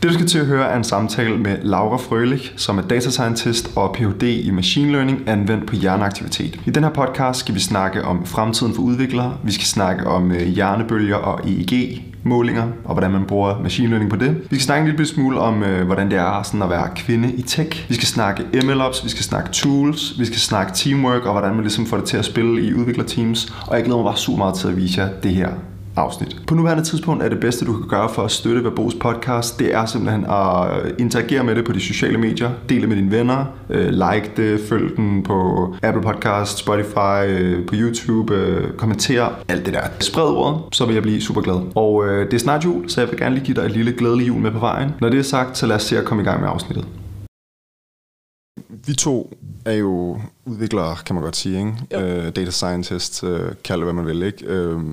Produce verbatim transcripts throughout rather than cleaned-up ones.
Det du skal til at høre er en samtale med Laura Frølich, som er data scientist og P H D i machine learning anvendt på hjerneaktivitet. I den her podcast skal vi snakke om fremtiden for udviklere, vi skal snakke om hjernebølger og E E G-målinger, og hvordan man bruger machine learning på det. Vi skal snakke en lille smule om, hvordan det er sådan at være kvinde i tech. Vi skal snakke M L Ops, vi skal snakke tools, vi skal snakke teamwork, og hvordan man ligesom får det til at spille i udviklerteams. Og jeg glæder mig bare super meget til at vise jer det her afsnit. På nuværende tidspunkt er det bedste, du kan gøre for at støtte Verbos podcast, det er simpelthen at interagere med det på de sociale medier, dele det med dine venner, like det, følg den på Apple Podcast, Spotify, på YouTube, kommentere, alt det der. Spred ordet, så vil jeg blive super glad. Og det er snart jul, så jeg vil gerne lige give dig et lille glædelig jul med på vejen. Når det er sagt, så lad os se at komme i gang med afsnittet. Vi to er jo udviklere, kan man godt sige, ikke? Uh, data scientist, uh, kald det hvad man vil, ikke? Uh,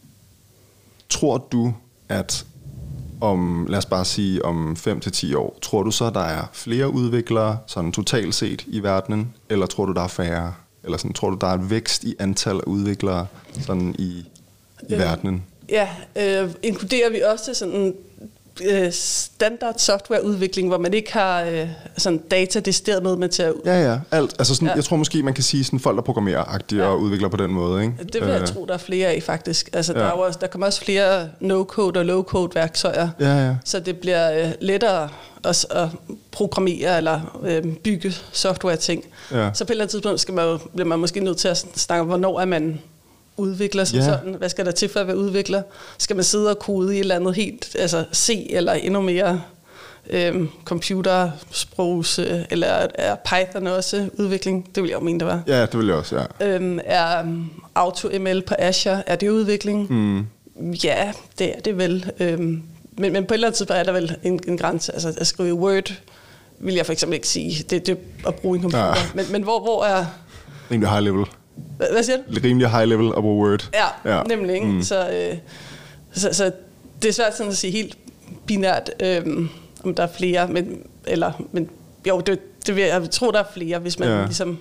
Tror du, at om, lad os bare sige, om fem til ti år, tror du så, der er flere udviklere, sådan totalt set i verdenen, eller tror du, der er færre? Eller sådan, tror du, der er et vækst i antal af udviklere sådan i, i øh, verdenen? Ja, øh, inkluderer vi også sådan øh, standard softwareudvikling, hvor man ikke har øh, sådan data decideret med, med til at... Ja, ja, alt. Altså sådan, ja. Jeg tror måske, man kan sige sådan folk, der programmerer-agtige ja. og udvikler på den måde, ikke? Det vil jeg øh. tro, der er flere af, faktisk. Altså, ja. der, er også, der kommer også flere no-code og low-code-værktøjer, ja, ja. så det bliver øh, lettere at, at programmere eller øh, bygge software-ting. Ja. Så på et eller andet tidspunkt skal man jo, bliver man måske nødt til at snakke om, hvornår er man udvikler som yeah. sådan. Hvad skal der til for at være udvikler? Skal man sidde og kode i et eller andet helt, altså C eller endnu mere øhm, computersprogs, eller er Python også udvikling? Det vil jeg jo mene, det var. Ja, det vil jeg også, ja. Øhm, er um, AutoML på Azure, er det udvikling? Mm. Ja, det er det vel. Øhm, men, men på et eller andet tidspunkt er der vel en, en grænse. Altså at skrive Word vil jeg for eksempel ikke sige. Det, det er at bruge en computer. Ja. Men, men hvor, hvor er... Rimelig high level. Hvad siger du? Rimelig high level at bruge Word. Ja, ja. nemlig. Ikke? Mm. Så, øh, så, så det er svært sådan at sige helt binært, øh, om der er flere, men, eller, men jo, det, det vil jeg, jeg tror, der er flere, hvis man ja. ligesom...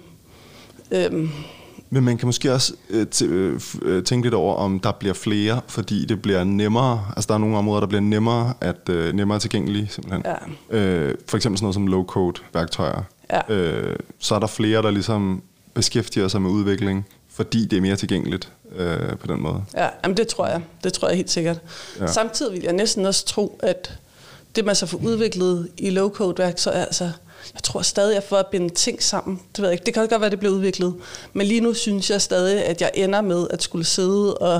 Øh, men man kan måske også øh, t- øh, tænke lidt over, om der bliver flere, fordi det bliver nemmere. Altså der er nogle områder, der bliver nemmere, at, øh, nemmere tilgængelige, simpelthen. Ja. Øh, for eksempel sådan noget som low-code-værktøjer. Ja. Øh, så er der flere, der ligesom beskæftiger sig med udvikling, fordi det er mere tilgængeligt øh, på den måde. Ja, jamen det tror jeg. Det tror jeg helt sikkert. Ja. Samtidig vil jeg næsten også tro, at det man så får udviklet i low-code-værk, så er altså, jeg tror stadig, at for at binde ting sammen, det ved jeg ikke, det kan godt være, at det bliver udviklet, men lige nu synes jeg stadig, at jeg ender med at skulle sidde og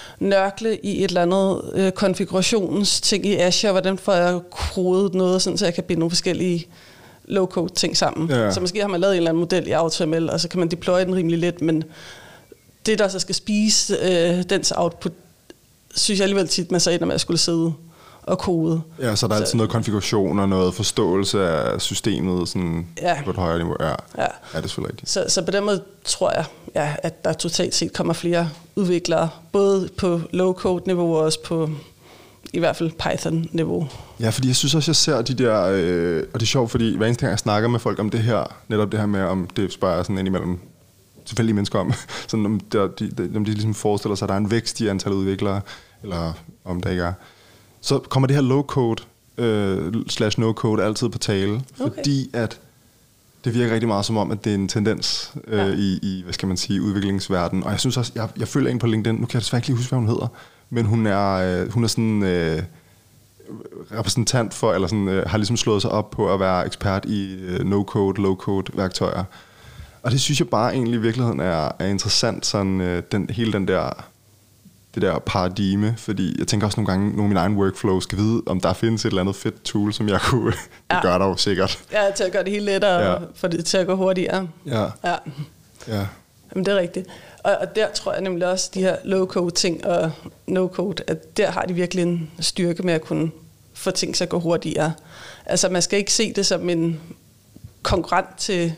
nørkle i et eller andet øh, konfigurationsting i Azure, hvordan får jeg kodet noget, sådan, så jeg kan binde nogle forskellige low-code ting sammen. Ja. Så måske har man lavet en eller anden model i AutoML, og så kan man deploye den rimelig let, men det, der så skal spise øh, dens output, synes jeg alligevel tit, man så ender med at skulle sidde og kode. Ja, så der er så, altid noget konfiguration og noget forståelse af systemet sådan ja. på et højere niveau. Ja, ja. ja det er selvfølgelig rigtigt. Så, så på den måde tror jeg, ja, at der totalt set kommer flere udviklere, både på low-code-niveau og også på i hvert fald Python-niveau. Ja, fordi jeg synes også, jeg ser de der, øh, og det er sjovt, fordi hver eneste gang jeg snakker med folk om det her, netop det her med, om det spørger sådan indimellem tilfældige mennesker om, sådan om, der, de, de, om de ligesom forestiller sig, at der er en vækst i antallet udviklere, eller om der ikke er, så kommer det her low-code øh, slash no-code altid på tale, okay. fordi at det virker rigtig meget som om, at det er en tendens øh, ja. i, i, hvad skal man sige, udviklingsverdenen. Og jeg synes også, jeg, jeg følger en på LinkedIn, nu kan jeg desværre ikke lige huske, hvad hun hedder, men hun er, øh, hun er sådan øh, repræsentant for, eller sådan, øh, har ligesom slået sig op på at være ekspert i øh, no-code, low-code værktøjer. Og det synes jeg bare egentlig i virkeligheden er, er interessant, sådan øh, den, hele den der, det der paradigme, fordi jeg tænker også nogle gange, nogle af mine egne workflows skal vide, om der findes et eller andet fedt tool, som jeg kunne, det ja. gør der jo sikkert. Ja, til at gøre det helt lettere, ja. for det til at gå hurtigere. Ja. Ja. ja. Jamen det er rigtigt. Og, og der tror jeg nemlig også, de her low-code ting og no-code, at der har de virkelig en styrke med at kunne få ting til at gå hurtigere. Altså man skal ikke se det som en konkurrent til,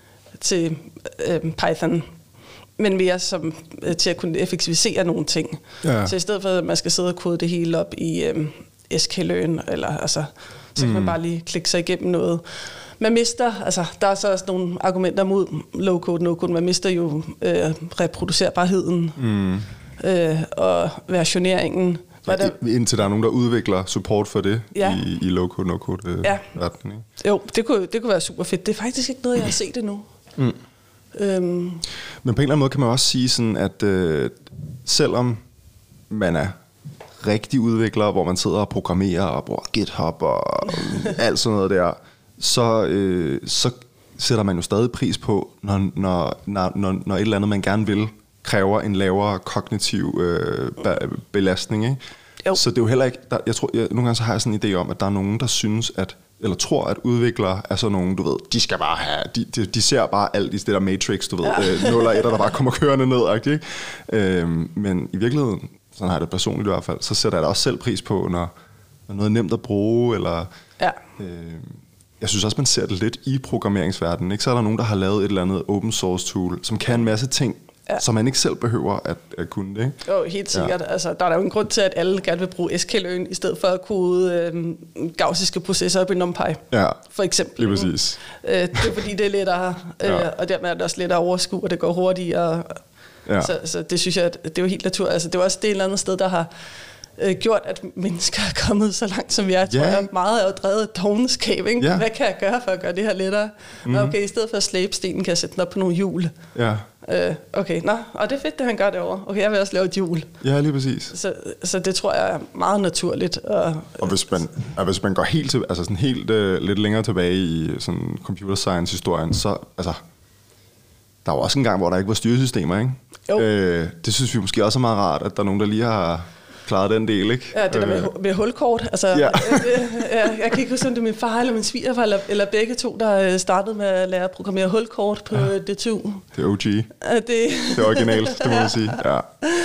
til øh, Python, men mere som øh, til at kunne effektivisere nogle ting. Ja. Så i stedet for, at man skal sidde og kode det hele op i øh, sklearn, eller altså, så kan mm. man bare lige klikke sig igennem noget. Man mister, altså der er så også nogle argumenter mod low-code, no-code, man mister jo øh, reproducerbarheden mm. øh, og versioneringen. Var ja, der... Indtil der er nogen, der udvikler support for det ja. i, i low-code, no-code øh, ja. verden, ikke? Jo, det kunne, det kunne være super fedt. Det er faktisk ikke noget, jeg har set endnu. Mm. Øhm. Men på en eller anden måde kan man også sige sådan, at øh, selvom man er rigtig udvikler, hvor man sidder og programmerer og bruger GitHub og alt sådan noget der, så, øh, så sætter man jo stadig pris på, når, når, når, når et eller andet, man gerne vil, kræver en lavere kognitiv øh, belastning, ikke? Jo. Så det er jo heller ikke, der, jeg tror, jeg, nogle gange så har jeg sådan en idé om, at der er nogen, der synes, at eller tror, at udviklere er sådan nogen, du ved, de skal bare have, de, de, de ser bare alt i det der Matrix, du ved, ja. øh, nul og etter, der bare kommer kørende ned, ikke? Øhm, men i virkeligheden, sådan har jeg det personligt i hvert fald, så sætter jeg da også selv pris på, når, når noget er nemt at bruge, eller... Ja. Øh, jeg synes også, man ser det lidt i programmeringsverdenen, ikke? Så er der nogen, der har lavet et eller andet open source tool, som kan en masse ting, ja. Som man ikke selv behøver at, at kunne det, ikke? Jo, helt sikkert. Ja. Altså, der er der jo en grund til, at alle gerne vil bruge S Q L'en, i stedet for at kode øh, gaussiske processer op i NumPy, ja. For eksempel. Lige præcis. Øh, det er fordi, det er lettere, øh, ja. Og dermed er det også lettere at overskue, og det går hurtigere. Ja. Så, så det synes jeg, det er jo helt naturligt. Altså, det er også det et eller andet sted, der har øh, gjort, at mennesker er kommet så langt, som vi er. Tror yeah. jeg meget er jo drevet af dovenskab, ikke? Yeah. Hvad kan jeg gøre for at gøre det her lettere? Mm-hmm. Okay, i stedet for at slæbe stenen, kan jeg sætte den op på nogle hjul. Ja. Øh, okay, nå, og det er fedt, det han gør derovre. Okay, jeg vil også lave et hjul. Ja, lige præcis. Så, så det tror jeg er meget naturligt. Og, og hvis man, og hvis man går helt, til, altså sådan helt uh, lidt længere tilbage i sådan computer science historien, så altså, der var også en gang, hvor der ikke var styresystemer, ikke? Jo. Øh, det synes vi måske også er meget rart, at der er nogen, der lige har klaret den del, ikke? Ja, det der med, med hulkort. Altså, ja. jeg, jeg, jeg kan ikke huske, om det er min far eller min svigerfar, eller, eller begge to, der startede med at lære at programmere hulkort på ja. D to. Det er O G. Det, det er originalt, det må man sige. Ja.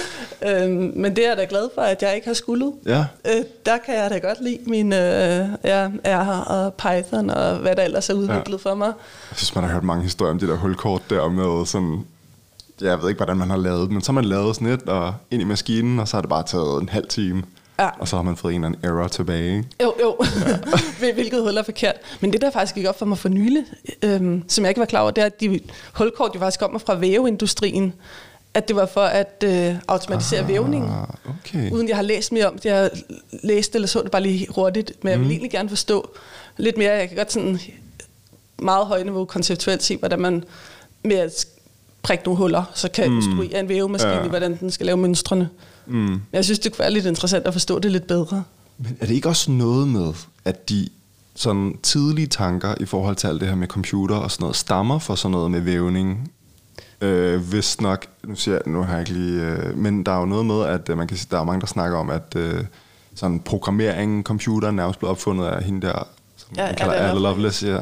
Øhm, men det er jeg da glad for, at jeg ikke har skuldet. Ja. Øh, der kan jeg da godt lide min øh, ja, R og Python og hvad der ellers er udviklet ja. for mig. Jeg synes, man har hørt mange historier om det der hulkort der med sådan... Jeg ved ikke, hvordan man har lavet det, men så har man lavet sådan et og ind i maskinen, og så har det bare taget en halv time. Ja. Og så har man fået en eller anden error tilbage. Ikke? Jo, jo. Ja. Hvilket hul er forkert. Men det, der faktisk gik op for mig for nylig, øhm, som jeg ikke var klar over, det er, at de hulkort jo faktisk kommer fra væveindustrien. At det var for at øh, automatisere ah, vævningen. Okay. Uden jeg har læst mere om det. Jeg læste eller så det bare lige hurtigt. Men jeg vil mm. egentlig gerne forstå lidt mere. Jeg kan godt sådan meget højt niveau konceptuelt se, hvordan man med at prikke nogle huller, så kan mm. instruere en vævemaskine ja. i, hvordan den skal lave mønstrene. Mm. Men jeg synes, det kunne være lidt interessant at forstå det lidt bedre. Men er det ikke også noget med, at de sådan tidlige tanker i forhold til alt det her med computer og sådan noget, stammer for sådan noget med vævning? Øh, hvis nok, nu siger jeg, nu har jeg ikke lige, øh, men der er jo noget med, at øh, man kan sige, der er mange, der snakker om, at øh, sådan programmering, computeren nærmest blev opfundet af hende der, som ja, man kalder Ada Lovelace. Ja.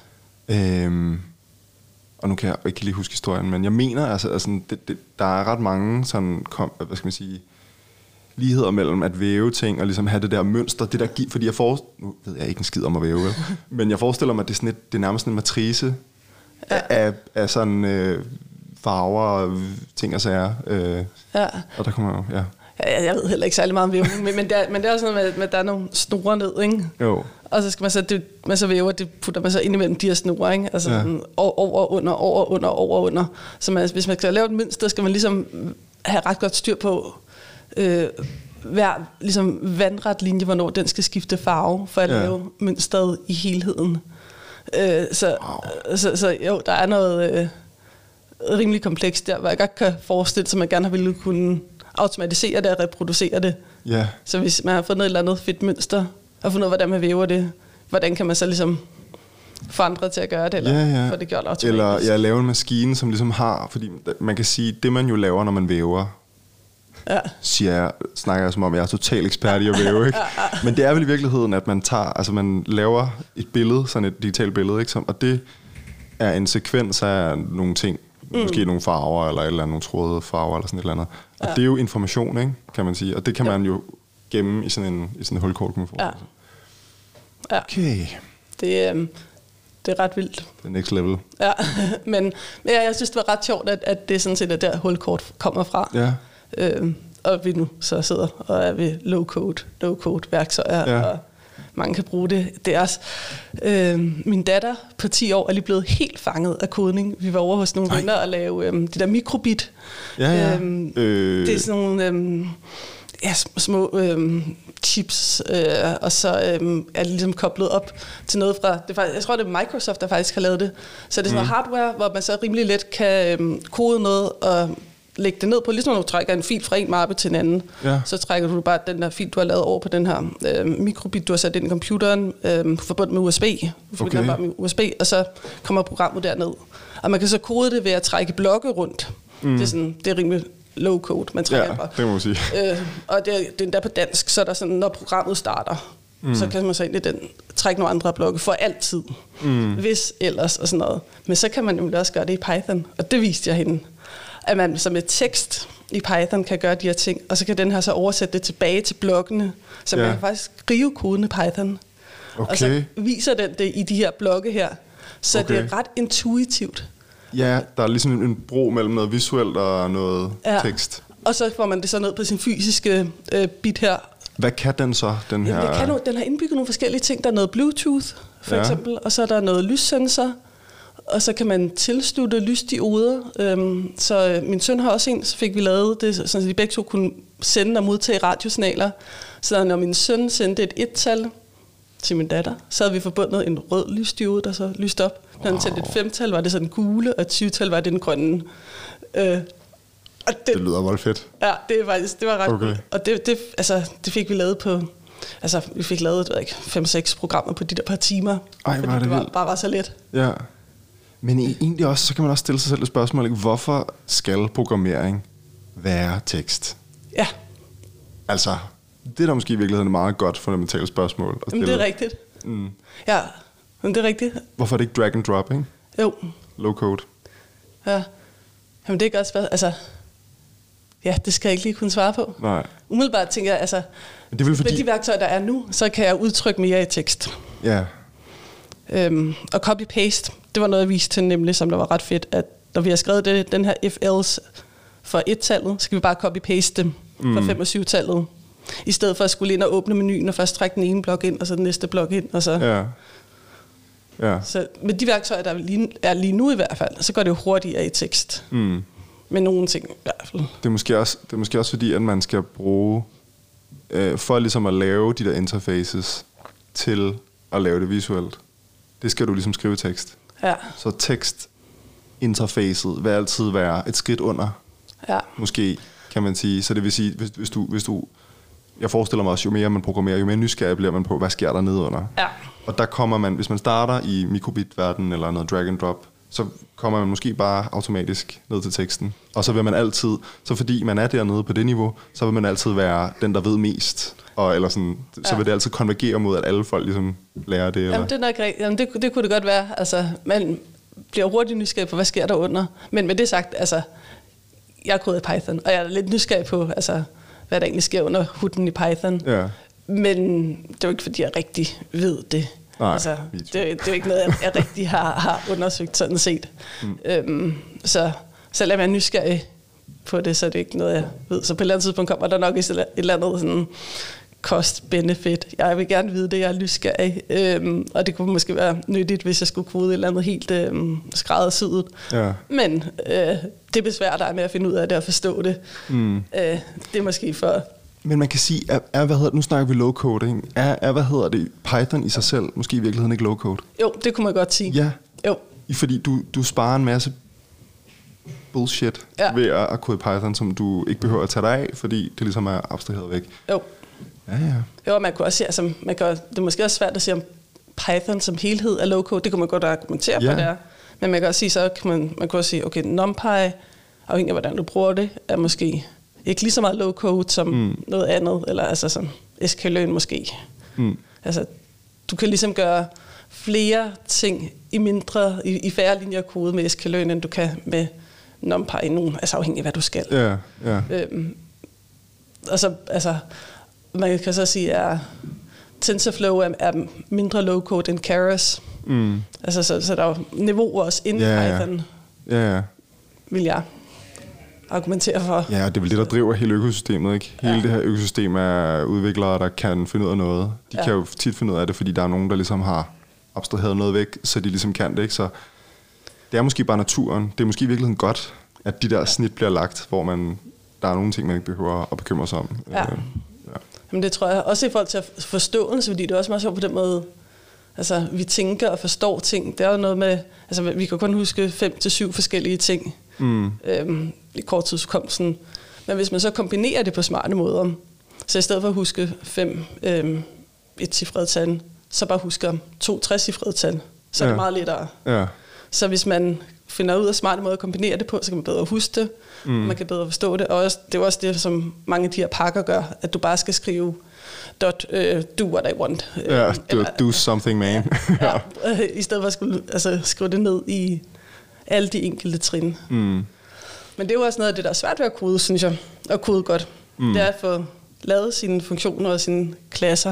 Ja. Øhm, og nu kan jeg ikke lige huske historien, men jeg mener, altså, altså det, det, der er ret mange sådan, kom, hvad skal man sige, ligheder mellem at væve ting og ligesom have det der mønster, det der giver, fordi jeg forestiller, nu ved jeg ikke en skid om at væve, men jeg forestiller mig, at det er, sådan et, det er nærmest en matrice ja. af, af sådan øh, farver og ting og sager. Øh, ja. Og der kommer jo, ja. Ja, jeg ved heller ikke særlig meget om vævning, men, men, det er, men det er også noget med, med, at der er nogle snore ned, ikke? Jo. Og så skal man så, det, man så væver, det putter man så ind imellem de her snore, ikke? Altså ja. over, under, over, under, over, under. Så man, hvis man skal lave et mønster, skal man ligesom have ret godt styr på øh, hver ligesom vandret linje, hvornår den skal skifte farve, for at ja. lave mønstret i helheden. Øh, så, wow. så, så jo, der er noget øh, rimelig komplekst der, hvor jeg godt kan forestille sig, at man gerne har ville kunne automatisere det og reproducere det. Yeah. Så hvis man har fundet et eller andet fedt mønster, og fundet ud af, hvordan man væver det, hvordan kan man så ligesom få andre til at gøre det, eller yeah, yeah. få det gjort automatisk? Eller ja, lave en maskine, som ligesom har, fordi man kan sige, det man jo laver, når man væver, ja. siger jeg, snakker jeg som om, jeg er total ekspert i at væve, ikke? Men det er vel i virkeligheden, at man tager, altså man laver et billede, sådan et digitalt billede, ikke? Og det er en sekvens af nogle ting, Mm. måske nogle farver, eller et eller andet, nogle tråde farver, eller sådan et eller andet. Og ja. det er jo information, ikke, kan man sige. Og det kan ja. man jo gemme i sådan en, i sådan en hulkort, kan man få. Ja. Ja. Okay. Det, øh, det er ret vildt. Det er next level. Ja, men ja, jeg synes, det var ret sjovt, at, at det sådan set er der hulkort kommer fra. Ja. Øh, og vi nu så sidder og er ved low-code, low-code værktøjer, ja. og mange kan bruge det. Det er også, øh, min datter på ti år er lige blevet helt fanget af kodning. Vi var over hos nogle venner og lave øh, de der mikrobit. Ja, ja. Øh, øh. Det er sådan nogle, øh, ja, små øh, chips, øh, og så øh, er det ligesom koblet op til noget fra, det er faktisk, jeg tror det er Microsoft, der faktisk har lavet det. Så det er sådan mm. noget hardware, hvor man så rimelig let kan øh, kode noget og lægge det ned på, ligesom når du trækker en fil fra en mappe til en anden, ja. Så trækker du bare den der fil, du har lavet over på den her øh, mikrobit, du har sat ind i computeren, øh, forbundet med U S B, okay. bare med U S B, og så kommer programmet derned. Og man kan så kode det ved at trække blokke rundt. Mm. Det er sådan, det er rimelig low code, man trækker ja, bare. det må man sige. Øh, og det er, det er endda på dansk, så er der sådan, når programmet starter, mm. så kan man så egentlig den, trække nogle andre blokke for altid, mm. hvis ellers og sådan noget. Men så kan man jo også gøre det i Python, og det viste jeg hende. At man som et tekst i Python kan gøre de her ting, og så kan den her så oversætte det tilbage til blokkene, så ja. Man kan faktisk skrive koden i Python. Okay. Og så viser den det i de her blokke her, så okay. Det er ret intuitivt. Ja, der er ligesom en bro mellem noget visuelt og noget ja. Tekst. Og så får man det så ned på sin fysiske øh, bit her. Hvad kan den så, den her? Ja, kan no, den har indbygget nogle forskellige ting. Der er noget Bluetooth, for ja. Eksempel, og så er der noget lyssensor, og så kan man tilslutte lysdioder. Øhm, så øh, min søn har også en, så fik vi lavet det, sådan at de begge to kunne sende og modtage radiosignaler. Så når min søn sendte et et-tal til min datter, så havde vi forbundet en rød lysdiode, der så lyste op. Når han sendte et femtal, var det sådan gule, og et syvtal var det den grønne. Øh, og det, det lyder meget fedt. Ja, det var faktisk, det var ret okay. godt. Og det, det, altså, det fik vi lavet på, altså vi fik lavet, ikke, fem seks programmer på de der par timer. Ej, fordi var det, det var, vildt. bare var så let. Ja. Men egentlig også, så kan man også stille sig selv et spørgsmål, ikke? Hvorfor skal programmering være tekst? Ja. Altså, det er da måske i virkeligheden et meget godt fundamentalt spørgsmål. Jamen, det er rigtigt. Mm. Ja, men det er rigtigt. Hvorfor er det ikke drag and drop, ikke? Jo. Low code. Ja. Jamen, det er godt spørgsmål. Altså, ja, det skal jeg ikke lige kunne svare på. Nej. Umiddelbart tænker jeg, altså, det er vel fordi... med de værktøjer, der er nu, så kan jeg udtrykke mere i tekst. Ja. Øhm, og copy-paste, det var noget, jeg viste til nemlig, som der var ret fedt, at når vi har skrevet det, den her if-else for et-tallet, så kan vi bare copy-paste dem mm. for fem og syv-tallet. I stedet for at skulle ind og åbne menuen og først trække den ene blok ind, og så den næste blok ind. Og så. Ja. Ja. Så med de værktøjer, der lige, er lige nu i hvert fald, så går det jo hurtigere i tekst. Mm. Med nogle ting i hvert fald. Det er måske også, det er måske også fordi, at man skal bruge, øh, for ligesom at lave de der interfaces, til at lave det visuelt. Det skal du ligesom skrive i tekst. Ja. Så tekstinterfacet vil altid være et skridt under. Ja. Måske, kan man sige. Så det vil sige, hvis, hvis, du, hvis du... Jeg forestiller mig også, jo mere man programmerer, jo mere nysgerrig bliver man på, hvad sker der nedenunder. Ja. Og der kommer man, hvis man starter i mikrobit-verdenen eller noget drag and drop, så kommer man måske bare automatisk ned til teksten. Og så vil man altid, så fordi man er dernede på det niveau, så vil man altid være den, der ved mest. Og, eller sådan, så ja. Vil det altid konvergere mod, at alle folk ligesom lærer det. Eller? Jamen, det er nok rigtigt. Jamen, det, det kunne det godt være. Altså, man bliver hurtigt nysgerrig på, hvad sker der under. Men med det sagt, altså, jeg er kodet i Python, og jeg er lidt nysgerrig på, altså, hvad der egentlig sker under huden i Python. Ja. Men det er jo ikke, fordi jeg rigtig ved det. Nej, altså, det, det er jo ikke noget, jeg, jeg rigtig har, har undersøgt sådan set. Mm. Øhm, så selvom jeg er nysgerrig på det, så er det ikke noget, jeg ved. Så på et eller andet tidspunkt kommer der nok et eller andet sådan cost-benefit. Jeg vil gerne vide det, jeg er nysgerrig. Øhm, og det kunne måske være nyttigt, hvis jeg skulle kode et eller andet helt øhm, skræddersyet. Ja. Men øh, det besvær, der er med at finde ud af det og forstå det, mm. øh, det er måske for... Men man kan sige, er, er, hvad hedder det, nu snakker vi low-code, ikke? Er, er, hvad hedder det, Python i sig selv, måske i virkeligheden ikke low-code? Jo, det kunne man godt sige. Ja, jo. Fordi du, du sparer en masse bullshit ja. Ved at, at kode Python, som du ikke behøver at tage dig af, fordi det ligesom er abstraheret væk. Jo. Ja, ja. Jo, man kunne også sige, altså, man kan, det er måske også svært at sige, om Python som helhed er low-code. Det kunne man godt argumentere ja. For, det er. Men man kan også sige, så kan man, man kan også sige, okay, NumPy, afhængig af hvordan du bruger det, er måske ikke lige så meget low-code som mm. noget andet, eller altså som sklearn måske. Mm. Altså, du kan ligesom gøre flere ting i mindre, i, i færre linjer kode med sklearn, end du kan med NumPy i nogen, altså afhængig af hvad du skal. Ja, ja. Øhm, og så, altså, man kan så sige, at TensorFlow er, er mindre low-code end Keras. Mm. Altså, så, så der er jo niveauer også inden ja, Python, ja. Ja, vil jeg argumentere for. Ja, det er vel det, der driver hele økosystemet, ikke? Hele ja. Det her økosystem er udviklere, der kan finde ud af noget. De ja. Kan jo tit finde ud af det, fordi der er nogen, der ligesom har abstraheret noget væk, så de ligesom kan det, ikke? Så det er måske bare naturen. Det er måske i virkeligheden godt, at de der snit bliver lagt, hvor man der er nogle ting, man ikke behøver at bekymre sig om. Ja. Øh, ja. Jamen det tror jeg også i forhold til forståelse, fordi det er også meget sjovt på den måde, altså vi tænker og forstår ting. Det er jo noget med, altså vi kan kun huske fem til syv forskellige ting mm. øhm, i korttidshukommelsen. Men hvis man så kombinerer det på smarte måder, så i stedet for at huske fem øhm, et-cifrede tal, så bare husker to tre-cifrede tal, så ja. er det meget lettere. Ja. Så hvis man finder ud af smarte måder at kombinere det på, så kan man bedre huske det, mm. man kan bedre forstå det. Og også, det er også det, som mange af de her pakker gør, at du bare skal skrive dot, uh, do what I want. Ja, yeah, do, eller, do something, man. ja, ja, i stedet for at skulle, altså, skrive det ned i alle de enkelte trin. Mm. Men det er jo også noget af det, der er svært ved at kode, synes jeg, at kode godt. Mm. Det er at få lavet sine funktioner og sine klasser,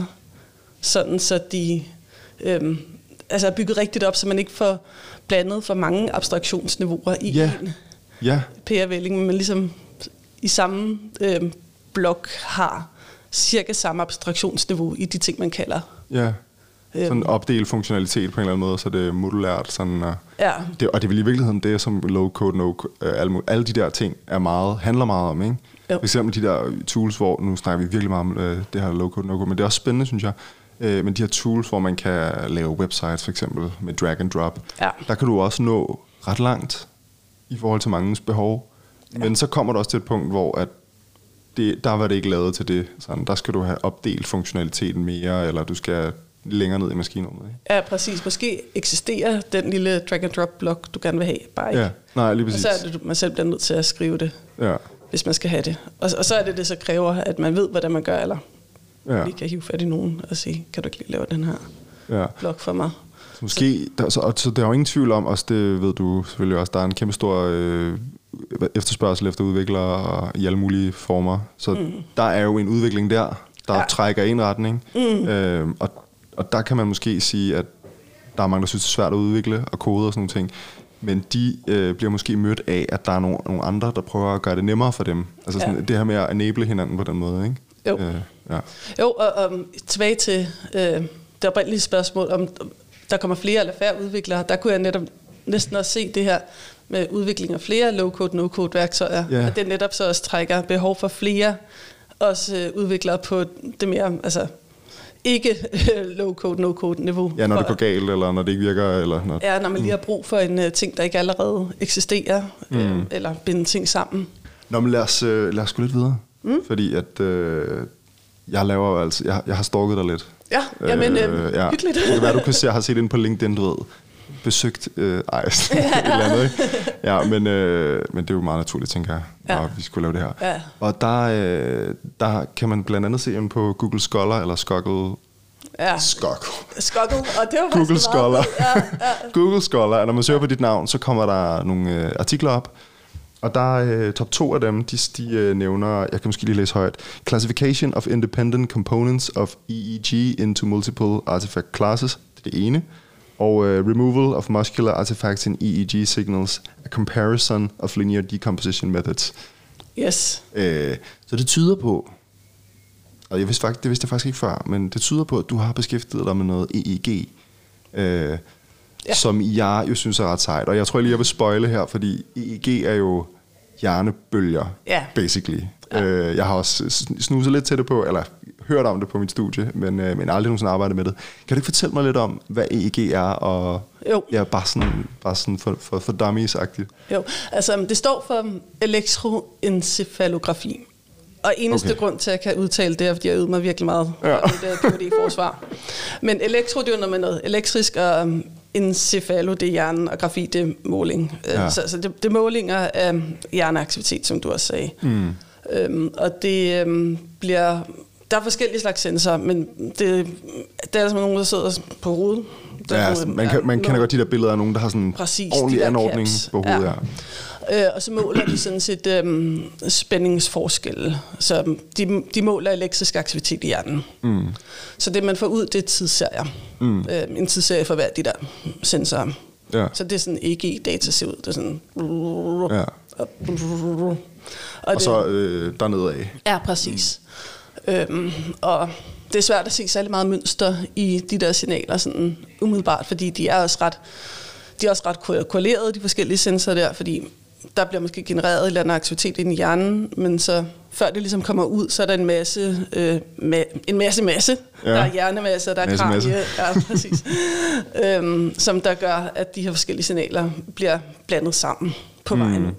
sådan så de øhm, altså er bygget rigtigt op, så man ikke får blandet for mange abstraktionsniveauer i yeah. en yeah. P R-vælling, men ligesom i samme øhm, blok har cirka samme abstraktionsniveau i de ting, man kalder. Ja, sådan en opdelt funktionalitet på en eller anden måde, så det er modulært. Sådan, uh, ja. det, og det er vel i virkeligheden det, som low-code, no, uh, alle, alle de der ting er meget, handler meget om, ikke? Jo. For eksempel de der tools, hvor nu snakker vi virkelig meget om uh, det her low-code, no-code, men det er også spændende, synes jeg. Uh, men de her tools, hvor man kan lave websites, for eksempel med drag and drop, ja. Der kan du også nå ret langt i forhold til mangens behov. Ja. Men så kommer der også til et punkt, hvor at det, der var det ikke lavet til det. Sådan, der skal du have opdelt funktionaliteten mere, eller du skal længere ned i maskinrummet. Ikke? Ja, præcis. Måske eksisterer den lille drag-and-drop-blok, du gerne vil have, bare ikke. Ja, nej, lige præcis. Og så er det, man selv bliver nødt til at skrive det, ja. Hvis man skal have det. Og, og så er det, det så kræver, at man ved, hvordan man gør, eller ja. Vi kan hive fat i nogen og sige, kan du ikke lige lave den her ja. blok for mig? Så måske, der, så, så der er jo ingen tvivl om, også det ved du selvfølgelig også, der er en kæmpe stor øh, efterspørgsel efter udviklere i alle mulige former. Så mm. der er jo en udvikling der, der ja. trækker i en retning. Mm. Øh, og, og der kan man måske sige, at der er mange, der synes, det er svært at udvikle og kode og sådan nogle ting. Men de øh, bliver måske mødt af, at der er nogle, nogle andre, der prøver at gøre det nemmere for dem. Altså sådan, ja. det her med at enable hinanden på den måde, ikke? Jo, øh, ja. jo og, og tilbage til øh, det oprindelige spørgsmål, om der kommer flere eller færre udviklere. Der kunne jeg netop næsten også se det her med udvikling af flere low-code, no-code værktøjer. Yeah. Og det netop så også trækker behov for flere også øh, udviklere på det mere, altså ikke øh, low-code, no-code niveau. Ja, når for, det går galt, eller når det ikke virker. Eller når, ja, når man lige har brug for en uh, ting, der ikke allerede eksisterer, mm. øh, eller binde ting sammen. Nå, men lad os, øh, lad os gå lidt videre. Mm. Fordi at øh, jeg laver altså, jeg, jeg har stalket dig lidt. Ja, jamen øh, ja. hyggeligt. Det kan være, du kan se, jeg har set ind på LinkedIn, du ved, besøgt øh, ej, et eller andet, ikke? Ja, men, øh, men det er jo meget naturligt, tænker jeg, når ja. vi skulle lave det her. Ja. Og der, øh, der kan man blandt andet se ind på Google Scholar, eller Skoggle. Ja. Skoggle. Skoggle, og det var Google Scholar. Ja, ja. Google Scholar, og når man søger på dit navn, så kommer der nogle øh, artikler op. Og der er øh, top to af dem, de, de øh, nævner, jeg kan måske lige læse højt, Classification of Independent Components of E E G into Multiple Artifact Classes, det er det ene, og uh, Removal of Muscular Artifacts in E E G Signals, a Comparison of Linear Decomposition Methods. Yes. Øh, så det tyder på, og jeg vidste faktisk, det vidste jeg faktisk ikke før, men det tyder på, at du har beskæftiget dig med noget E E G, øh, ja. som jeg jo synes er ret sejt. Og jeg tror lige, jeg vil spoile her, fordi E E G er jo hjernebølger, ja. basically. Ja. Øh, jeg har også snuset lidt til det på, eller hørt om det på mit studie, men, øh, men aldrig nogensinde arbejdet med det. Kan du ikke fortælle mig lidt om, hvad E E G er, og jo. Ja, bare sådan, bare sådan for, for, for dummies-agtigt? Jo, altså det står for elektroencefalografi. Og eneste okay. grund til, at jeg kan udtale det, er, fordi jeg øvede mig virkelig meget ja. på det P H D-forsvar. Men elektro, det er jo noget med noget elektrisk, og um, encefalo, det er hjernen, og grafi, det er måling. Ja. Så, så det, det er målinger af hjerneaktivitet, som du også sagde. Mm. Øhm, og det øhm, bliver... Der er forskellige slags sensorer, men det, det er som nogen, der sidder på hovedet. Der ja, altså, man, kan, man kender godt de der billeder af nogen, der har sådan en ordentlig de anordning caps. På hovedet. Ja. Ja. Øh, og så måler de sådan set øhm, spændingsforskelle. Så de, de måler elektrisk aktivitet i hjernen. Mm. Så det, man får ud, det er tidsserier. Mm. Øh, en tidsserie for hver de der sensorer. Ja. Så det er sådan E G data ser ud. Det er sådan... Ja. Og, og det, så øh, dernede af. Ja, præcis. Mm. Øhm, og det er svært at se særlig meget mønster i de der signaler sådan umiddelbart, fordi de er også ret, de er også ret korrelerede, de forskellige sensorer der, fordi der bliver måske genereret en eller anden aktivitet inde i hjernen, men så før det ligesom kommer ud, så er der en masse, øh, ma- en masse masse. Ja. Der er hjernemasse, der er masse, kranie, ja, præcis. øhm, som der gør, at de her forskellige signaler bliver blandet sammen på vejen. Mm.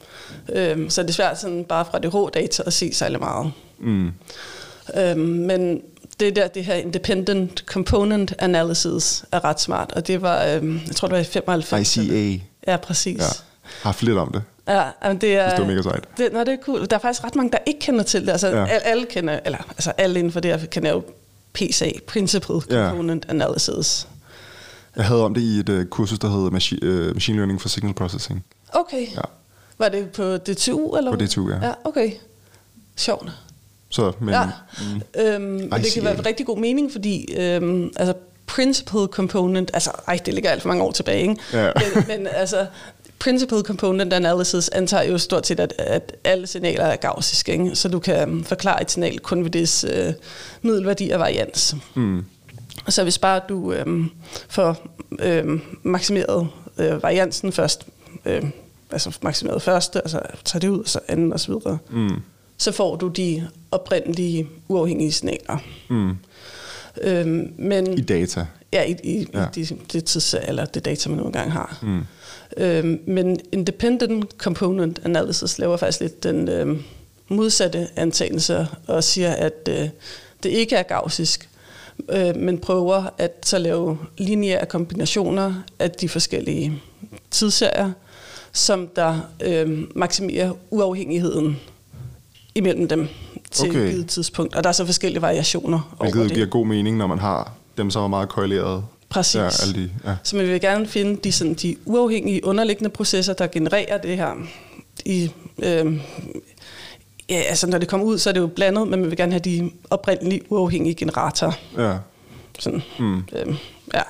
Øhm, så det er svært sådan bare fra det rå data at se særlig meget. Mm. Øhm, men det der, det her Independent Component Analysis er ret smart, og det var, øhm, jeg tror det var i femoghalvfems. I C A. Ja, præcis. Ja. Har haft lidt om det. Ja, men det er, det er mega sejt. Det, nå, det er cool. Der er faktisk ret mange, der ikke kender til det. Altså, ja. alle, alle kender, eller altså alle inden for det her kender jo P C A, Principal Component ja. Analysis. Jeg havde om det i et uh, kursus, der hedder Machine, uh, Machine Learning for Signal Processing. Okay. Ja. Var det på D T U? Eller? På D T U, ja. Ja, okay. Sjovt. Så, men... Ja. Mm, øhm, det kan være rigtig god mening, fordi øhm, altså, Principal Component... Altså, ej, det ligger alt for mange år tilbage, ikke? Ja. Men, men altså... Principal Component Analysis antager jo stort set, at, at alle signaler er gaussiske, ikke? Så du kan forklare et signal kun ved dets øh, middelværdi af varians. Mm. Så hvis bare du øh, får øh, maksimeret øh, variansen først, øh, altså maksimeret første, altså tager det ud, og så anden og så videre, mm. så får du de oprindelige uafhængige signaler. Mm. Øh, men, I data? Ja, i, i, ja. i de, det tids, eller det data, man nu engang har. Mm. Øhm, men Independent Component Analysis laver faktisk lidt den øhm, modsatte antagelse og siger, at øh, det ikke er gaussisk, øh, men prøver at så lave lineære kombinationer af de forskellige tidsserier, som der øh, maksimerer uafhængigheden imellem dem til okay. et givet tidspunkt. Og der er så forskellige variationer over det. Hvilket giver god mening, når man har dem, som er meget korrelerede. Præcis. Ja, alle de, ja. Så man vil gerne finde de, sådan, de uafhængige underliggende processer, der genererer det her. I, øh, ja, altså når det kommer ud, så er det jo blandet, men man vil gerne have de oprindelige uafhængige generatorer. Ja. Sådan. Mm. Øh, ja.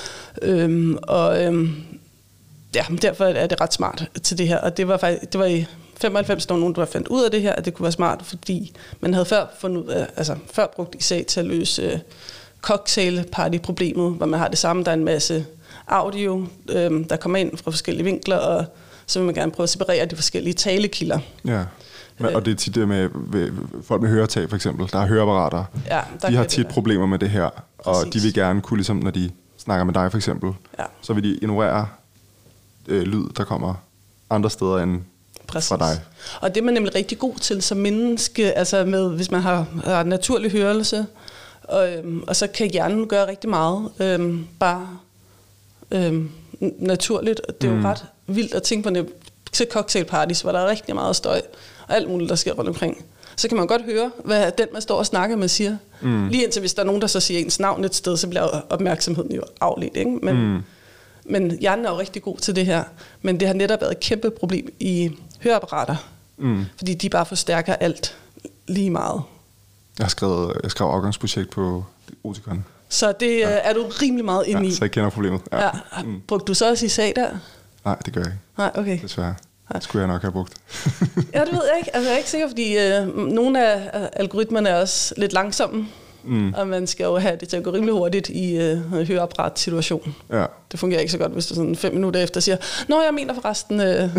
Øhm, og øh, ja, derfor er det ret smart til det her. Og det var faktisk, det var i femoghalvfems, der var nogen, der fandt ud af det her, at det kunne være smart, fordi man havde før fundet ud af, altså før brugt I C A til at løse øh, cocktail-party-problemet, hvor man har det samme, der er en masse audio, øhm, der kommer ind fra forskellige vinkler, og så vil man gerne prøve at separere de forskellige talekilder. Ja, og det er tit det med folk med høretab for eksempel, der er høreapparater, ja, der de har tit problemer med det her, og præcis. De vil gerne kunne, ligesom når de snakker med dig for eksempel, ja. Så vil de ignorere øh, lyd, der kommer andre steder end præcis. Fra dig. Og det er man nemlig rigtig god til som menneske, altså med, hvis man har, har naturlig hørelse, Og, øhm, og så kan hjernen gøre rigtig meget, øhm, bare øhm, naturligt. Og det er jo mm. ret vildt at tænke på det til cocktailparties, hvor der er rigtig meget støj, og alt muligt, der sker rundt omkring. Så kan man godt høre, hvad den, man står og snakker med, siger. Mm. Lige indtil, hvis der er nogen, der så siger ens navn et sted, så bliver opmærksomheden jo afledt. Ikke? Men, mm. men hjernen er jo rigtig god til det her. Men det har netop været et kæmpe problem i høreapparater, mm. fordi de bare forstærker alt lige meget. Jeg har skrevet, jeg skrev afgangsprojekt på Oticon. Så det ja. Er du rimelig meget inde ja, i. Så jeg kender problemet. Ja. Ja. Mm. Brugte du så også I C A der? Nej, det gør jeg ikke. Nej, okay. Desværre. Det skulle jeg nok have brugt. Ja, det ved jeg ikke. Altså, jeg er ikke sikker, fordi øh, nogle af algoritmerne er også lidt langsomme, mm. og man skal jo have det til at gå rimelig hurtigt i øh, en høreapparat-situation. Ja. Det fungerer ikke så godt, hvis du sådan fem minutter efter siger, nå, jeg mener forresten... Øh, ja.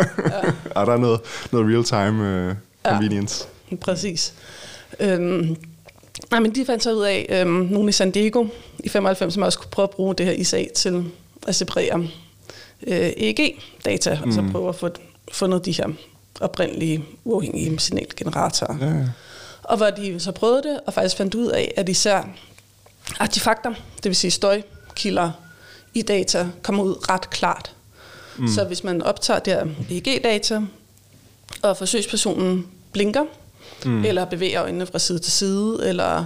Er der noget, noget real-time øh, convenience? Ja, præcis. Øhm, nej, men de fandt så ud af, øhm, nogle i San Diego i femoghalvfems, som også kunne prøve at bruge det her I C A til at separere øh, E E G-data, mm. og så prøve at få fundet de her oprindelige uafhængige signalgeneratorer. Ja, ja. Og hvor de så prøvede det, og faktisk fandt ud af, at især artefakter, det vil sige støjkilder i data, kommer ud ret klart. Mm. Så hvis man optager det her E E G-data, og forsøgspersonen blinker, Mm. eller bevæger øjnene fra side til side, eller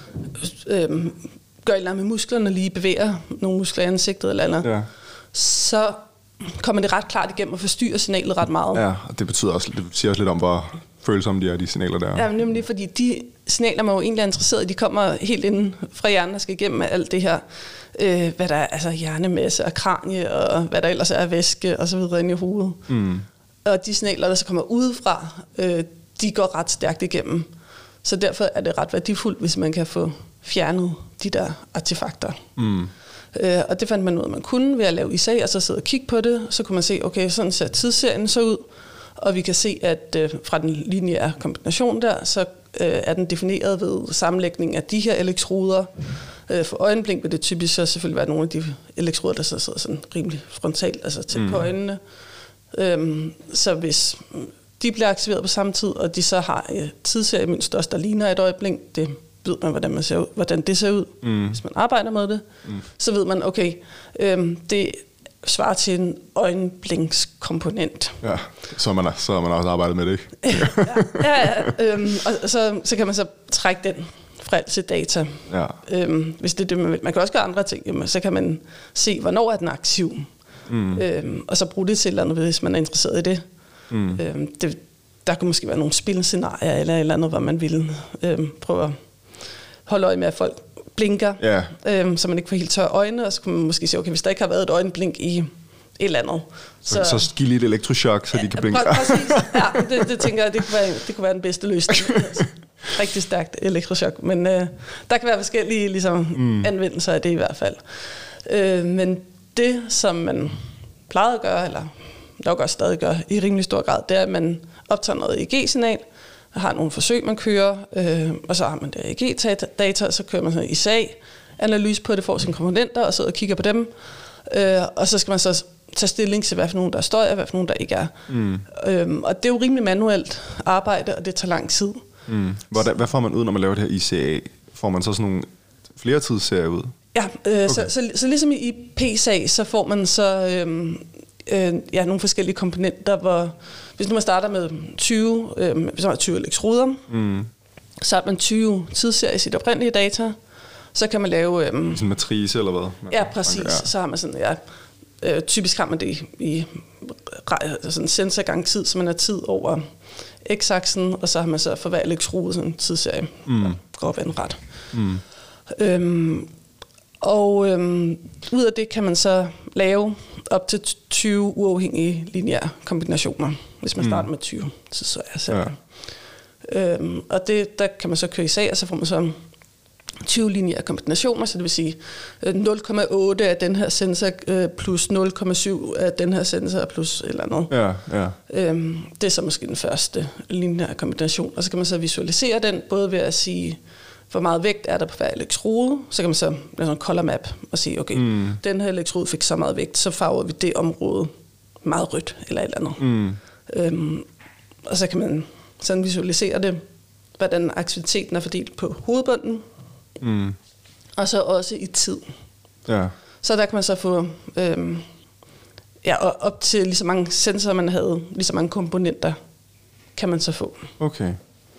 øhm, gør et eller andet med musklerne, lige bevæger nogle muskler i ansigtet eller andet, ja. Så kommer det ret klart igennem og forstyrrer signalet ret meget. Ja, og det betyder også, det siger også lidt om, hvor følsomme de er, de signaler der. Ja, nemlig fordi de signaler, man jo egentlig er interesseret i, de kommer helt inden fra hjernen og skal igennem alt det her, øh, hvad der er, altså hjernemasse og kranie, og hvad der ellers er væske og så videre inde i hovedet. Mm. Og de signaler, der så kommer udefra, øh, de går ret stærkt igennem. Så derfor er det ret værdifuldt, hvis man kan få fjernet de der artefakter. Mm. Øh, og det fandt man ud af, man kunne ved at lave I C A, og så sidde og kigge på det. Så kunne man se, okay, sådan ser tidsserien så ud. Og vi kan se, at øh, fra den lineære kombination der, så øh, er den defineret ved sammenlægning af de her elektroder. Øh, for øjenblink vil det typisk så selvfølgelig være nogle af de elektroder, der så sidder sådan rimelig frontalt, altså tæt mm. på øjnene. Øhm, så hvis de bliver aktiveret på samme tid, og de så har øh, tidsserie-mønster, der ligner et øjeblink, det ved man, hvordan, man ser ud, hvordan det ser ud, mm. hvis man arbejder med det. Mm. Så ved man, okay, øhm, det svarer til en øjenblinkskomponent. Ja, så har man, så har man også arbejdet med det, ikke? ja, ja, ja øhm, og så, så kan man så trække den frem til data. Ja. Øhm, hvis det er det, man vil. Man kan også gøre andre ting. Jamen, så kan man se, hvornår er den aktiv. Mm. Øhm, og så bruge det til et eller andet, hvis man er interesseret i det. Mm. Øhm, det der kunne måske være nogle spilscenarier eller et eller andet, hvor man ville øhm, prøve at holde øje med, at folk blinker, yeah. øhm, så man ikke får helt tørre øjne, og så kunne man måske sige, okay, hvis der ikke har været et øjenblink i et eller andet. Så, så, så giv lidt elektrochok, så ja, de kan blinke. Præcis. Ja, det, det tænker jeg, det kunne være, det kunne være den bedste løsning. Altså, rigtig stærkt elektrochok. Men øh, der kan være forskellige ligesom, mm. anvendelser af det i hvert fald. Øh, men det, som man plejede at gøre, eller nok også stadig gør i rimelig stor grad, det er, at man optager noget E E G-signal, har nogle forsøg, man kører, øh, og så har man det E E G-data, og så kører man sådan I C A-analyse på det, får sine komponenter, og sidder og kigger på dem. Øh, og så skal man så tage stilling til, hvad for nogen der er støj, og hvad for nogen der ikke er. Mm. Øhm, og det er jo rimelig manuelt arbejde, og det tager lang tid. Mm. Hvad, hvad får man ud, når man laver det her I C A? Får man så sådan nogle flere tidsserier ud? Ja, øh, okay. så, så, så ligesom i P S A, så får man så øhm, øh, ja, nogle forskellige komponenter, hvor hvis nu man starter med tyve, øh, hvis man har tyve elektroder, mm. så har man tyve tidsserier i sit oprindelige data, så kan man lave... Øh, sådan en matrice eller hvad? Ja, præcis. Ja. Så har man sådan, ja, øh, typisk har man det i sådan sensor gang tid, så man har tid over x-aksen, og så har man så for hver elektrode sådan en tidsserie, mm. der går vandret. Mm. Øhm, og øhm, ud af det kan man så lave op til tyve uafhængige lineære kombinationer, hvis man starter mm. med tyve tidsserier. Ja. Øhm, og det, der kan man så køre i sag, og så får man så tyve lineære kombinationer, så det vil sige nul komma otte af den her sensor plus nul komma syv af den her sensor plus et eller andet. Ja, ja. Øhm, det er så måske den første lineære kombination, og så kan man så visualisere den, både ved at sige, hvor meget vægt er der på hver elektrode, så kan man så lave sådan en color map og sige, okay, mm. den her elektrode fik så meget vægt, så farver vi det område meget rødt eller et eller andet. Mm. Øhm, og så kan man sådan visualisere det, hvordan aktiviteten er fordelt på hovedbunden, mm. og så også i tid. Ja. Så der kan man så få øhm, ja, op til lige så mange sensorer, man havde, lige så mange komponenter, kan man så få. Okay.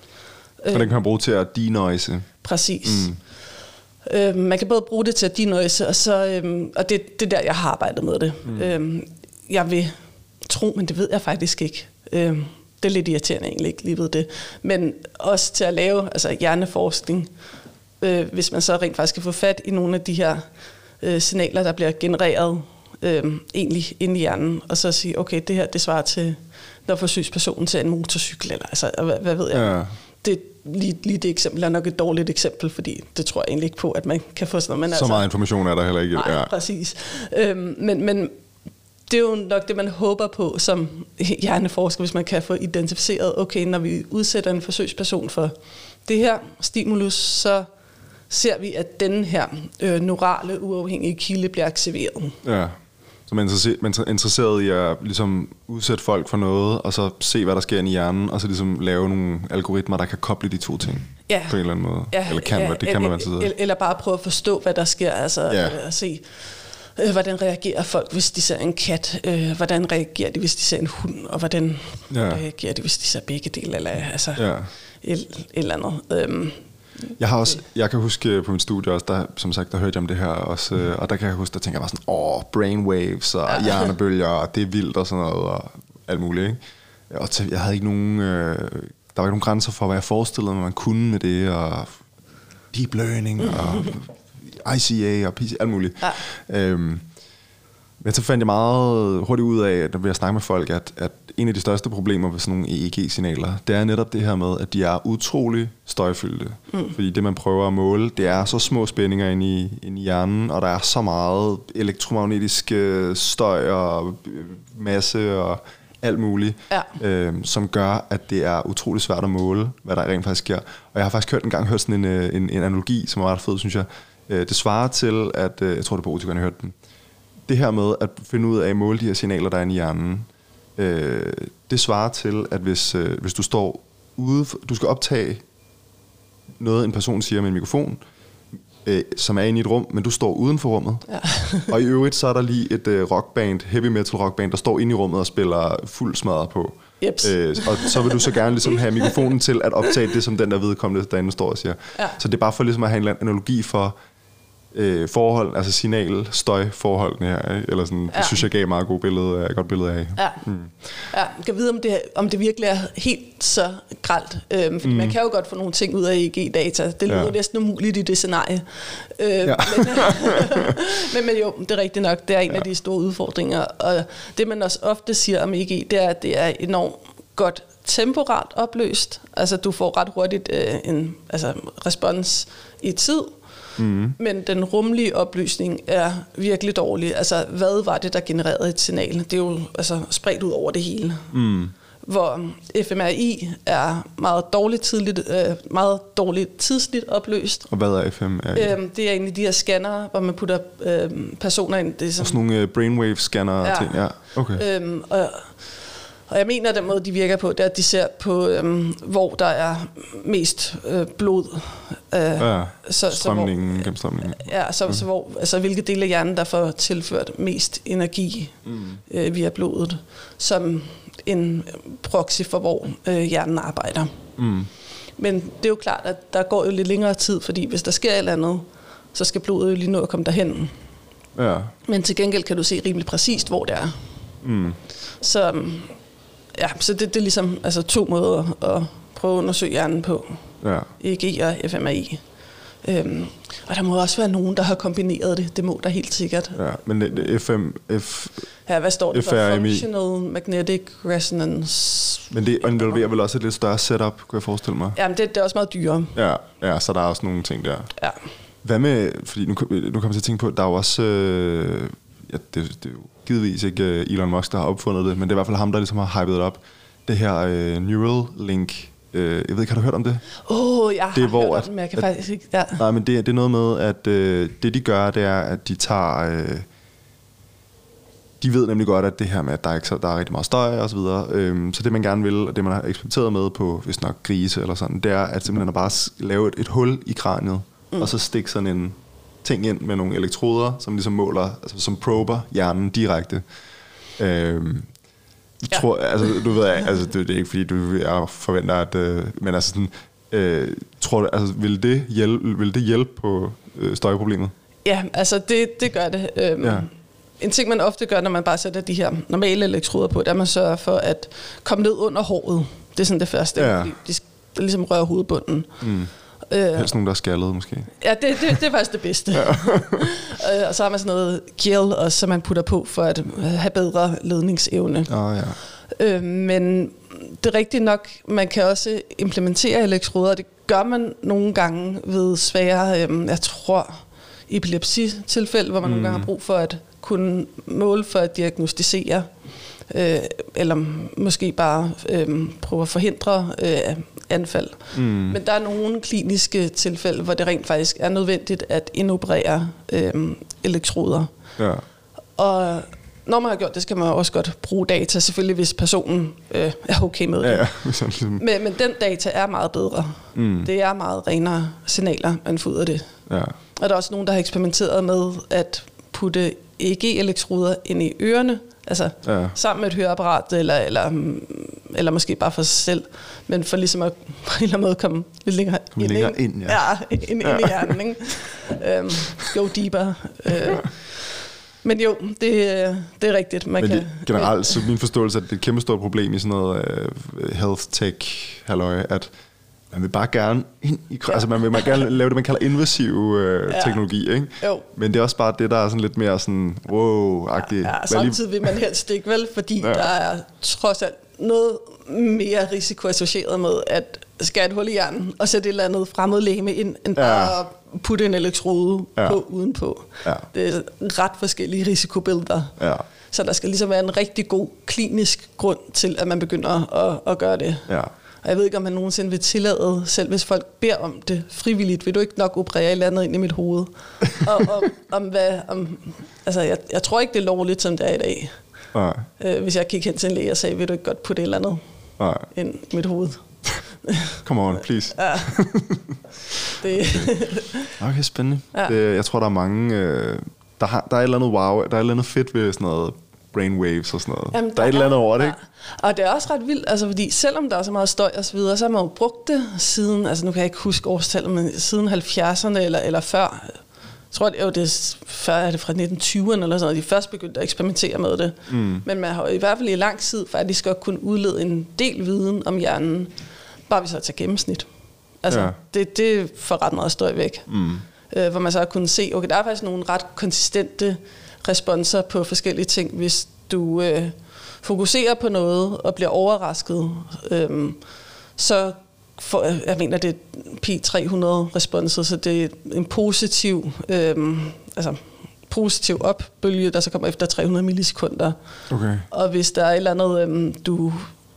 Og den kan man bruge til at denoise. Præcis. Mm. Øh, man kan både bruge det til at denoise, og, så, øhm, og det, det er der, jeg har arbejdet med det. Mm. Øh, jeg vil tro, men det ved jeg faktisk ikke. Øh, det er lidt irriterende egentlig, ikke lige ved det. Men også til at lave altså hjerneforskning, øh, hvis man så rent faktisk kan få fat i nogle af de her øh, signaler, der bliver genereret øh, egentlig inde i hjernen, og så sige, okay, det her, det svarer til, når forsøgspersonen til en motorcykel, eller altså, hvad, hvad ved jeg. Ja. Det, lige, lige det eksempel er nok et dårligt eksempel, fordi det tror jeg egentlig ikke på, at man kan få sådan noget. Men så altså, meget information er der heller ikke. Nej, ja. Præcis. Øhm, men, men det er jo nok det, man håber på som hjerneforsker, hvis man kan få identificeret, okay, når vi udsætter en forsøgsperson for det her stimulus, så ser vi, at den her øh, neurale uafhængige kilde bliver aktiveret. Ja. Så man er interesseret i at ligesom udsætte folk for noget, og så se, hvad der sker i hjernen, og så ligesom lave nogle algoritmer, der kan koble de to ting ja. På en eller anden måde. Ja, eller kan, ja, det kan man altid. Eller, eller bare prøve at forstå, hvad der sker. Altså ja. At se, øh, hvordan reagerer folk, hvis de ser en kat? Øh, hvordan reagerer de, hvis de ser en hund? Og hvordan ja. Reagerer de, hvis de ser begge dele? Eller altså ja. et, et eller andet. Øhm, Jeg har også, jeg kan huske på mit studie også, der, som sagt, der hørte jeg om det her også, mm. og der kan jeg huske, der tænker jeg bare sådan, åh, brainwaves og ja. Hjernebølger, og det er vildt og sådan noget, og alt muligt, ikke? Og til, jeg havde ikke nogen, øh, der var ikke nogen grænser for, hvad jeg forestillede mig, man kunne med det, og deep learning, og I C A, og P C, alt muligt. Ja. Øhm, Men så fandt jeg meget hurtigt ud af, når jeg snakker med folk, at, at en af de største problemer ved sådan nogle E E G-signaler, det er netop det her med, at de er utrolig støjfyldte. Mm. Fordi det, man prøver at måle, det er så små spændinger inde i, inde i hjernen, og der er så meget elektromagnetisk støj og masse og alt muligt, ja. øh, som gør, at det er utrolig svært at måle, hvad der rent faktisk sker. Og jeg har faktisk hørt en gang hørt sådan en, en, en analogi, som er ret fed, synes jeg. Det svarer til, at, jeg tror det er på Otikon, jeg hørte den, det her med at finde ud af at måle de her signaler, der er inde i hjernen, øh, det svarer til, at hvis, øh, hvis du står ude, du skal optage noget, en person siger med en mikrofon, øh, som er inde i et rum, men du står uden for rummet. Ja. Og i øvrigt, så er der lige et øh, rockband, heavy metal rockband, der står inde i rummet og spiller fuld smadret på. Øh, og så vil du så gerne ligesom have mikrofonen til at optage det, som den der vedkommende derinde står og siger. Ja. Så det er bare for ligesom at have en analogi for Øh, forhold, altså signal, støj forholdene her, eller sådan, ja. Det synes jeg gav meget god billede, et godt billede af. Ja, mm. ja jeg kan vide, om det, om det virkelig er helt så grelt, øhm, fordi mm. man kan jo godt få nogle ting ud af E E G-data, det lyder ja. næsten umuligt i det scenarie. Øh, ja. men, men, men jo, det er rigtigt nok, det er en ja. af de store udfordringer, og det man også ofte siger om E E G, det er, at det er enormt godt temporalt opløst, altså du får ret hurtigt øh, en altså, respons i tid, Mm. men den rumlige oplysning er virkelig dårlig. Altså, hvad var det, der genererede et signal? Det er jo altså, spredt ud over det hele. Mm. Hvor F M R I er meget dårligt, tidligt, øh, meget dårligt tidsligt opløst. Og hvad er F M R I? Øhm, det er egentlig de her scanner, hvor man putter øh, personer ind. Det er sådan, og sådan nogle uh, brainwave-scanner ja. ting. Ja, okay. Øhm, og, Og jeg mener, at den måde, de virker på, det er, at de ser på, øhm, hvor der er mest øh, blod. Øh, ja, så, strømningen, så, gennemstrømningen. Ja, så, mm. så hvor, altså, hvilke dele af hjernen, der får tilført mest energi mm. øh, via blodet, som en proxy for, hvor øh, hjernen arbejder. Mm. Men det er jo klart, at der går jo lidt længere tid, fordi hvis der sker et eller andet, så skal blodet jo lige nå at komme derhen. Ja. Men til gengæld kan du se rimelig præcist, hvor det er. Mm. Så... Ja, så det, det er ligesom altså, to måder at prøve at undersøge hjernen på. Ja. E E G og F M R I. Øhm, og der må også være nogen, der har kombineret det. Det må der helt sikkert. Ja, men det, det F M... F, ja, hvad står det F R M I? for? Functional Magnetic Resonance. Men det involverer vel også et lidt større setup, kunne jeg forestille mig? Jamen, det, det er også meget dyrere. Ja, ja, så der er også nogle ting der. Ja. Hvad med... Fordi nu, nu kommer jeg til at tænke på, at der er jo også... Øh, ja, det, det er jo givetvis ikke Elon Musk, der har opfundet det, men det er i hvert fald ham, der ligesom har hypet det op. Det her øh, Neuralink, øh, jeg ved ikke, har du hørt om det? Åh, oh, jeg det er, har hvor, hørt om det, men jeg kan at, faktisk ikke... Ja. Nej, men det, det er noget med, at øh, det de gør, det er, at de tager... Øh, de ved nemlig godt, at det her med, at der er, ikke, der er rigtig meget støj og så videre. Øh, så det, man gerne vil, og det, man har eksperimenteret med på, hvis nok grise eller sådan, det er at simpelthen at bare lave et, et hul i kraniet, mm. og så stikke sådan en ting ind med nogle elektroder, som ligesom måler, altså som prober hjernen direkte. Øhm, jeg ja. tror, altså du ved, altså det, det er ikke fordi du jeg forventer at, øh, men altså sådan, øh, tror du, altså vil det hjælpe, vil det hjælpe på øh, støjproblemet? Ja, altså det det gør det. Øhm, ja. En ting man ofte gør, når man bare sætter de her normale elektroder på, det er, at man sørger for at komme ned under håret. Det er sådan det første. Ja. De, de ligesom rører hovedbunden. Mm. Helst nogen, der er skaldet, måske. Ja, det, det, det er faktisk det bedste. Ja. Og så har man sådan noget gel også, som man putter på for at have bedre ledningsevne. Oh, ja. øh, men det er rigtigt nok, man kan også implementere elektroder. Det gør man nogle gange ved svære, øh, jeg tror, epilepsi-tilfælde, hvor man mm. nogle gange har brug for at kunne måle for at diagnostisere, øh, eller måske bare øh, prøve at forhindre øh, anfald. Mm. Men der er nogle kliniske tilfælde, hvor det rent faktisk er nødvendigt at indoperere øh, elektroder. Ja. Og når man har gjort det, skal man også godt bruge data, selvfølgelig hvis personen øh, er okay med det. Ja, ja. men, men den data er meget bedre. Mm. Det er meget renere signaler, man får ud af det. Ja. Og der er også nogen, der har eksperimenteret med at putte E E G-elektroder ind i ørerne, altså ja. sammen med et høreapparat, eller, eller, eller måske bare for sig selv, men for ligesom at på en eller anden måde komme lidt længere, kom ind, længere ind, ja. Ja, ind, ind ja. i hjernen. Ikke? Um, go deeper. Uh, men jo, det, det er rigtigt. Man men kan, det, generelt, så min forståelse er, at det er et kæmpe stort problem i sådan noget uh, health tech halløj, at man vil bare gerne ind i, ja. altså man vil man gerne lave det, man kalder invasiv øh, ja. teknologi, ikke? Jo. Men det er også bare det, der er sådan lidt mere sådan, wow-agtigt. Ja, ja, samtidig vil man helst ikke, vel? Fordi ja. der er trods alt noget mere risiko associeret med at skære et hul i hjernen og sætte et eller andet fremmed legeme ind, end bare ja. at putte en elektrode ja. på udenpå. Ja. Det er ret forskellige risikobilleder. Ja. Så der skal ligesom være en rigtig god klinisk grund til, at man begynder at, at gøre det. Ja. Og jeg ved ikke, om man nogensinde vil tillade, selv hvis folk beder om det frivilligt, vil du ikke nok operere et eller andet ind i mit hoved? Og om, om hvad, om, altså jeg, jeg tror ikke, det er lovligt, som det er i dag. Nej. Øh, hvis jeg gik hen til en læge og sagde, vil du ikke godt putte et eller andet Nej. ind i mit hoved? Come on, please. Ja. Det. Okay, spændende. Ja. Det, jeg tror, der er mange... Øh, der, har, der er et eller andet wow, der er et eller andet fedt ved sådan noget brainwaves og sådan noget. Jamen, der, der er et eller andet over det, ja. ikke? Og det er også ret vildt, altså fordi selvom der er så meget støj og så videre, så har man jo brugt det siden, altså nu kan jeg ikke huske årstallet, men siden halvfjerdserne eller, eller før. Jeg tror, det er jo det, før er det fra nitten tyverne eller sådan noget, de først begyndte at eksperimentere med det. Mm. Men man har i hvert fald i lang tid faktisk godt kunne udlede en del viden om hjernen, bare hvis så tager gennemsnit. Altså, ja. det, det får ret meget støj væk. Mm. Øh, hvor man så har kunnet se, okay, der er faktisk nogle ret konsistente responser på forskellige ting, hvis du øh, fokuserer på noget og bliver overrasket, øh, så for, jeg mener, det er pi tre hundrede responser, så det er en positiv, øh, altså positiv opbølge, der så kommer efter tre hundrede millisekunder. Okay. Og hvis der er et eller andet, øh, du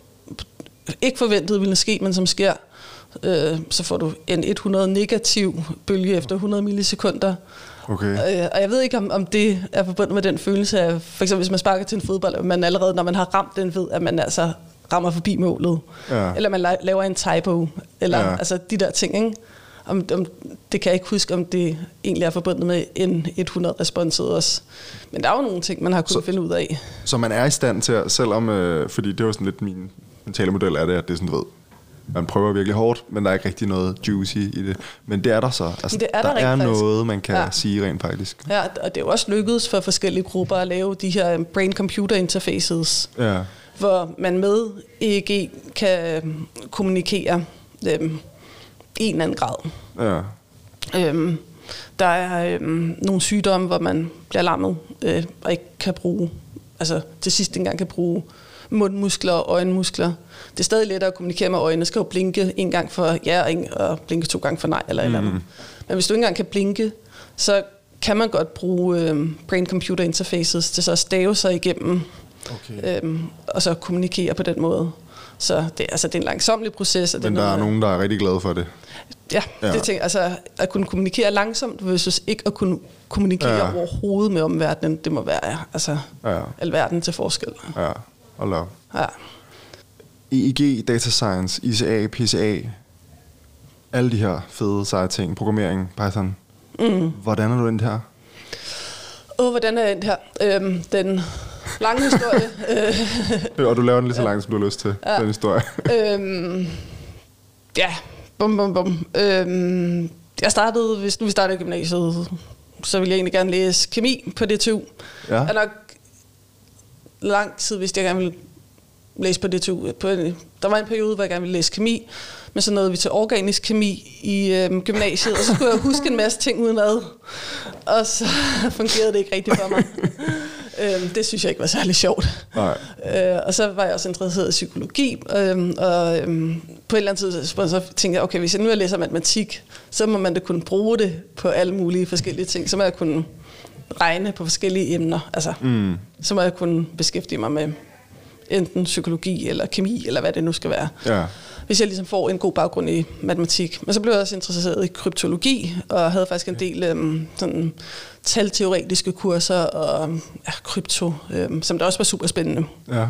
ikke forventede ville ske, men som sker, øh, så får du en hundrede negativ bølge efter hundrede millisekunder. Okay. Øh, og jeg ved ikke, om, om det er forbundet med den følelse af, for eksempel hvis man sparker til en fodbold, at man allerede, når man har ramt den, ved, at man altså rammer forbi målet. Ja. Eller man laver en typo, eller ja. altså de der ting, ikke? Om, om, det kan jeg ikke huske, om det egentlig er forbundet med en hundrede responset også. Men der er jo nogle ting, man har kunnet så, finde ud af. Så man er i stand til, selvom, øh, fordi det er jo sådan lidt min mentale model er det, at det er sådan, du ved, man prøver virkelig hårdt, men der er ikke rigtig noget juicy i det. Men det er der så. Altså, det er der, der er noget, man kan ja. sige rent faktisk. Ja, og det er jo også lykkedes for forskellige grupper at lave de her brain-computer interfaces, ja. hvor man med E E G kan kommunikere øhm, i en eller anden grad. Ja. Øhm, der er øhm, nogle sygdomme, hvor man bliver lammet øh, og ikke kan bruge, altså til sidst engang kan bruge mundmuskler og øjenmuskler. Det er stadig lettere at kommunikere med øjnene. Skal jo blinke en gang for ja og, en, og blinke to gange for nej eller mm. eller andet. Men hvis du ikke engang kan blinke, så kan man godt bruge øh, brain-computer interfaces til så at stave sig igennem okay. øh, og så kommunikere på den måde. Så det, altså, det er en langsomlig proces. Men der noget, er nogen, der er rigtig glade for det. Ja, ja. Det tænker, altså at kunne kommunikere langsomt, versus ikke at kunne kommunikere ja. overhovedet med omverdenen, det må være altså, ja. alverden til forskel. Ja, og lov. Ja. E E G, data science, I C A, P C A, alle de her fede, seje ting, programmering, Python. Mm. Hvordan er du endt her? Åh, oh, hvordan er jeg endt her? Øhm, den lange historie. øh, og du laver den lige så lang, som du har lyst til, ja. den historie. øhm, ja, bum, bum, bum. Øhm, jeg startede, hvis nu vi startede i gymnasiet, så ville jeg egentlig gerne læse kemi på D T U. Ja. Jeg nok lang tid, hvis jeg gerne ville læse på D T U. På, der var en periode, hvor jeg gerne ville læse kemi, men så nåede vi til organisk kemi i øhm, gymnasiet, og så skulle jeg huske en masse ting udenad, og så fungerede det ikke rigtigt for mig. øhm, det synes jeg ikke var særlig sjovt. Nej. Øh, og så var jeg også interesseret i psykologi, øhm, og øhm, på et eller andet tidspunkt så tænkte jeg, okay, hvis jeg nu læser matematik, så må man da kunne bruge det på alle mulige forskellige ting, så må jeg kunne regne på forskellige emner, altså mm. så må jeg kunne beskæftige mig med enten psykologi eller kemi, eller hvad det nu skal være. Ja. Hvis jeg ligesom får en god baggrund i matematik. Men så blev jeg også interesseret i kryptologi, og havde faktisk en del øhm, sådan, talteoretiske kurser, og ja, krypto, øhm, som der også var super spændende. Ja.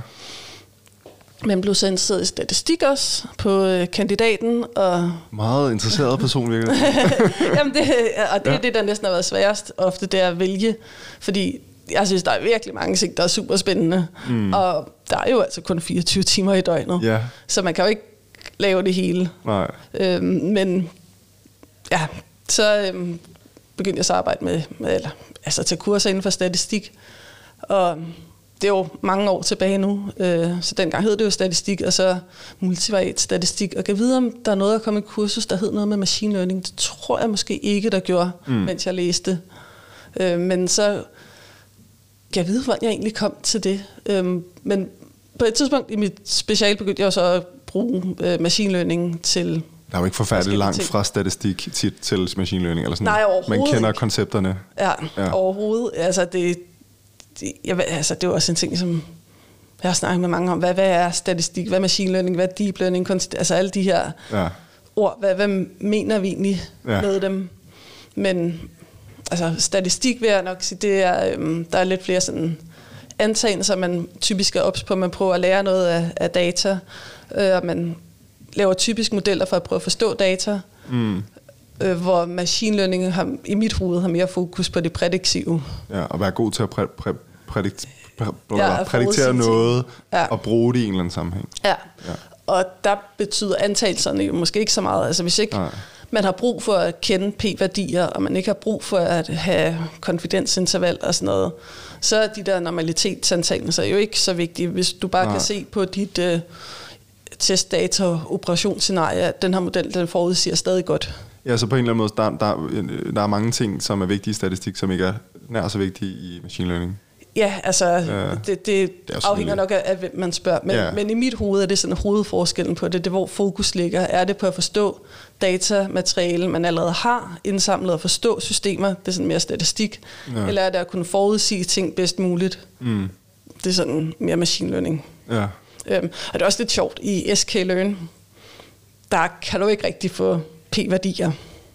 Men blev så interesseret i statistik også på øh, kandidaten. Og meget interesseret person, virkelig. Jamen det, og det er ja. det, der næsten har været sværest ofte, det er at vælge, fordi jeg synes, der er virkelig mange ting, der er super spændende. Mm. Og der er jo altså kun fireogtyve timer i døgnet. Yeah. Så man kan jo ikke lave det hele. Nej. Øhm, men ja, så øhm, begyndte jeg så at arbejde med, med eller, altså til kurser inden for statistik. Og det er jo mange år tilbage nu, øh, så dengang hed det jo statistik, og så multivariat statistik, og kan vide, om der er noget at komme i kursus, der hed noget med machine learning. Det tror jeg måske ikke, der gjorde, mm. mens jeg læste. Øh, men så kan jeg vide, hvordan jeg egentlig kom til det. Øh, men på et tidspunkt i mit speciale begyndte jeg så at bruge øh, machine learning til... Der er jo ikke forfærdeligt langt ting. Fra statistik til, til machine learning eller sådan. Nej, overhovedet man kender ikke. koncepterne. Ja, ja. overhovedet. Altså det, det, jeg, altså, det er også en ting, som jeg har snakket med mange om. Hvad, hvad er statistik? Hvad er machine learning? Hvad er deep learning? Altså alle de her ja. ord. Hvad, hvad mener vi egentlig ja. med dem? Men altså, statistik vil jeg nok sige, det er, øhm, der er lidt flere sådan antagelser, man typisk er ops på. Man prøver at lære noget af, af data, øh, og man laver typisk modeller for at prøve at forstå data, mm. øh, hvor machine learning har, i mit hoved har mere fokus på det prædiktive. Ja, og være god til at præ, præ, prædikt, præ, ja, prædiktere noget ja. og bruge det i en eller anden sammenhæng. Ja. ja, og der betyder antagelserne jo måske ikke så meget. Altså hvis ikke Nej. man har brug for at kende p-værdier, og man ikke har brug for at have konfidensinterval og sådan noget, så er de der normalitetsantagelser jo ikke så vigtige. Hvis du bare Nej. kan se på dit... Øh, testdata og operationsscenarie, at den her model, den forudsiger stadig godt. Ja, så på en eller anden måde, der, der, der er mange ting, som er vigtige i statistik, som ikke er nær så vigtige i machine learning. Ja, altså, ja, det, det, det afhænger nok af, af, hvem man spørger. Men, ja. men i mit hoved er det sådan hovedforskellen på det, det hvor fokus ligger. Er det på at forstå datamateriale, man allerede har indsamlet, og forstå systemer, det er sådan mere statistik, ja. eller er det at kunne forudsige ting bedst muligt? Mm. Det er sådan mere machine learning. Ja. Øhm, og det er også lidt sjovt, i sklearn, der kan du ikke rigtig få p-værdier.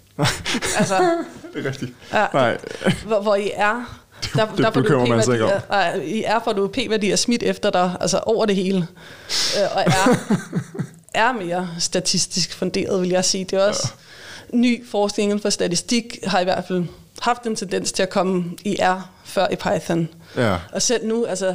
altså, det er rigtigt. Ja, Nej. Hvor, hvor I er, der, det, der det bekymrer man sig ikke om. Nej, I er, får du p-værdier smidt efter dig, altså over det hele, øh, og er, er mere statistisk funderet, vil jeg sige. Det er også ja. ny forskning inden for statistik, har i hvert fald haft en tendens til at komme i R før i Python. Ja. Og selv nu, altså...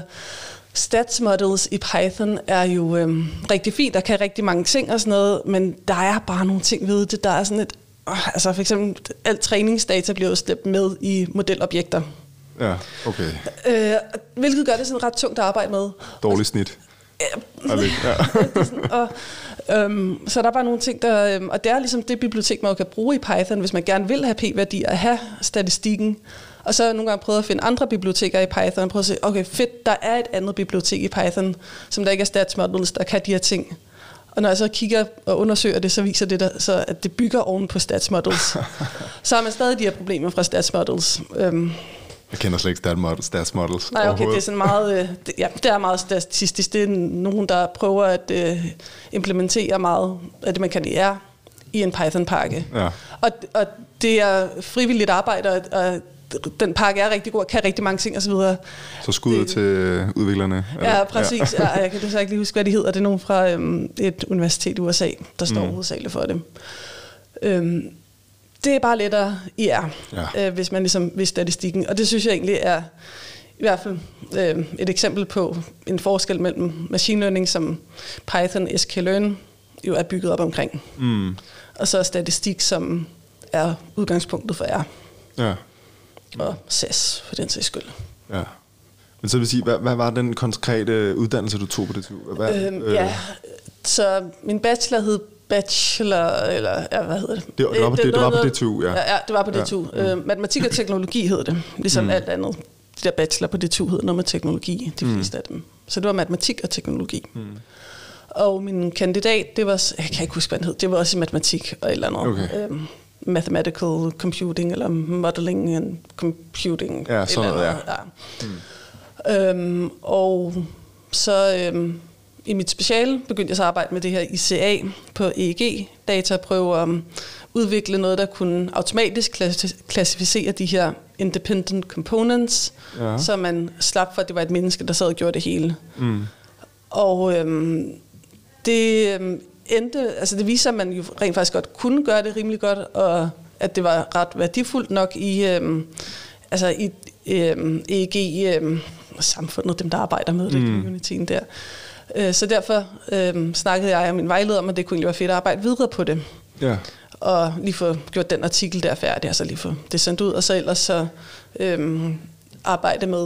Stats models i Python er jo øhm, rigtig fint, der kan rigtig mange ting og sådan noget, men der er bare nogle ting ved det, der er sådan et, øh, altså for eksempel, alt træningsdata bliver jo slæbt med i modelobjekter. Ja, okay. Øh, hvilket gør det sådan ret tungt at arbejde med. Dårligt snit. Ja. ja. sådan, og, øhm, så der er bare nogle ting, der, øhm, og det er ligesom det bibliotek, man kan bruge i Python, hvis man gerne vil have p-værdier og have statistikken. Og så har jeg nogle gange prøvet at finde andre biblioteker i Python, og prøve at se, okay, fedt, der er et andet bibliotek i Python, som der ikke er stats models, der kan de her ting. Og når jeg så kigger og undersøger det, så viser det der, så at det bygger oven på stats models. Så har man stadig de her problemer fra stats models. Øhm. Jeg kender slet ikke stats models. Nej, okay, det er sådan meget, øh, det, ja, det er meget statistisk. Det er nogen, der prøver at øh, implementere meget af det, man kan i R i en Python-pakke. Ja. Og, og det er frivilligt arbejde, og, og den pakke er rigtig god, kan rigtig mange ting og så videre. Så skuddet til udviklerne? Eller? Ja, præcis. Ja. Ja, jeg kan så ikke lige huske, hvad de hedder. Det er nogen fra øhm, et universitet i U S A, der står mm. hovedsageligt for det. Øhm, det er bare lettere i R, ja. øh, hvis man ligesom vil statistikken. Og det synes jeg egentlig er i hvert fald øh, et eksempel på en forskel mellem machine learning, som Python, sklearn jo er bygget op omkring. Mm. Og så statistik, som er udgangspunktet for R. Ja. Og S A S, for den sags skyld. Ja. Men så vil sige, hvad, hvad var den konkrete uddannelse, du tog på D T U? Hvad, øhm, øh? Ja, så min bachelor hed bachelor, eller ja, hvad hedder det? Det, det, var, på, det, det, det var på D T U, ja. Ja, ja det var på D T U. Ja. Øh, matematik og teknologi hed det, ligesom mm. alt andet. De der bachelor på D T U hed noget med teknologi, de fleste mm. af dem. Så det var matematik og teknologi. Mm. Og min kandidat, det var, jeg kan ikke huske, hvad den hed, det var også i matematik og et eller andet. Okay. Øhm, mathematical computing, eller modeling and computing. Ja, sådan noget, ja. ja. Mm. Øhm, og så øhm, i mit speciale begyndte jeg så at arbejde med det her I C A på E E G-data, og prøve at um, udvikle noget, der kunne automatisk klass- klassificere de her independent components, ja. Så man slap for, at det var et menneske, der sad og gjorde det hele. Mm. Og øhm, det... Øhm, endte, altså det viser, at man jo rent faktisk godt kunne gøre det rimelig godt, og at det var ret værdifuldt nok i, øhm, altså i øhm, E E G-samfundet, øhm, dem der arbejder med det, mm. communityen der. Øh, så derfor øhm, snakkede jeg og min vejleder om, at det kunne egentlig være fedt at arbejde videre på det. Ja. Og lige få gjort den artikel der færdig, altså lige få det sendt ud, og så ellers så øhm, arbejde med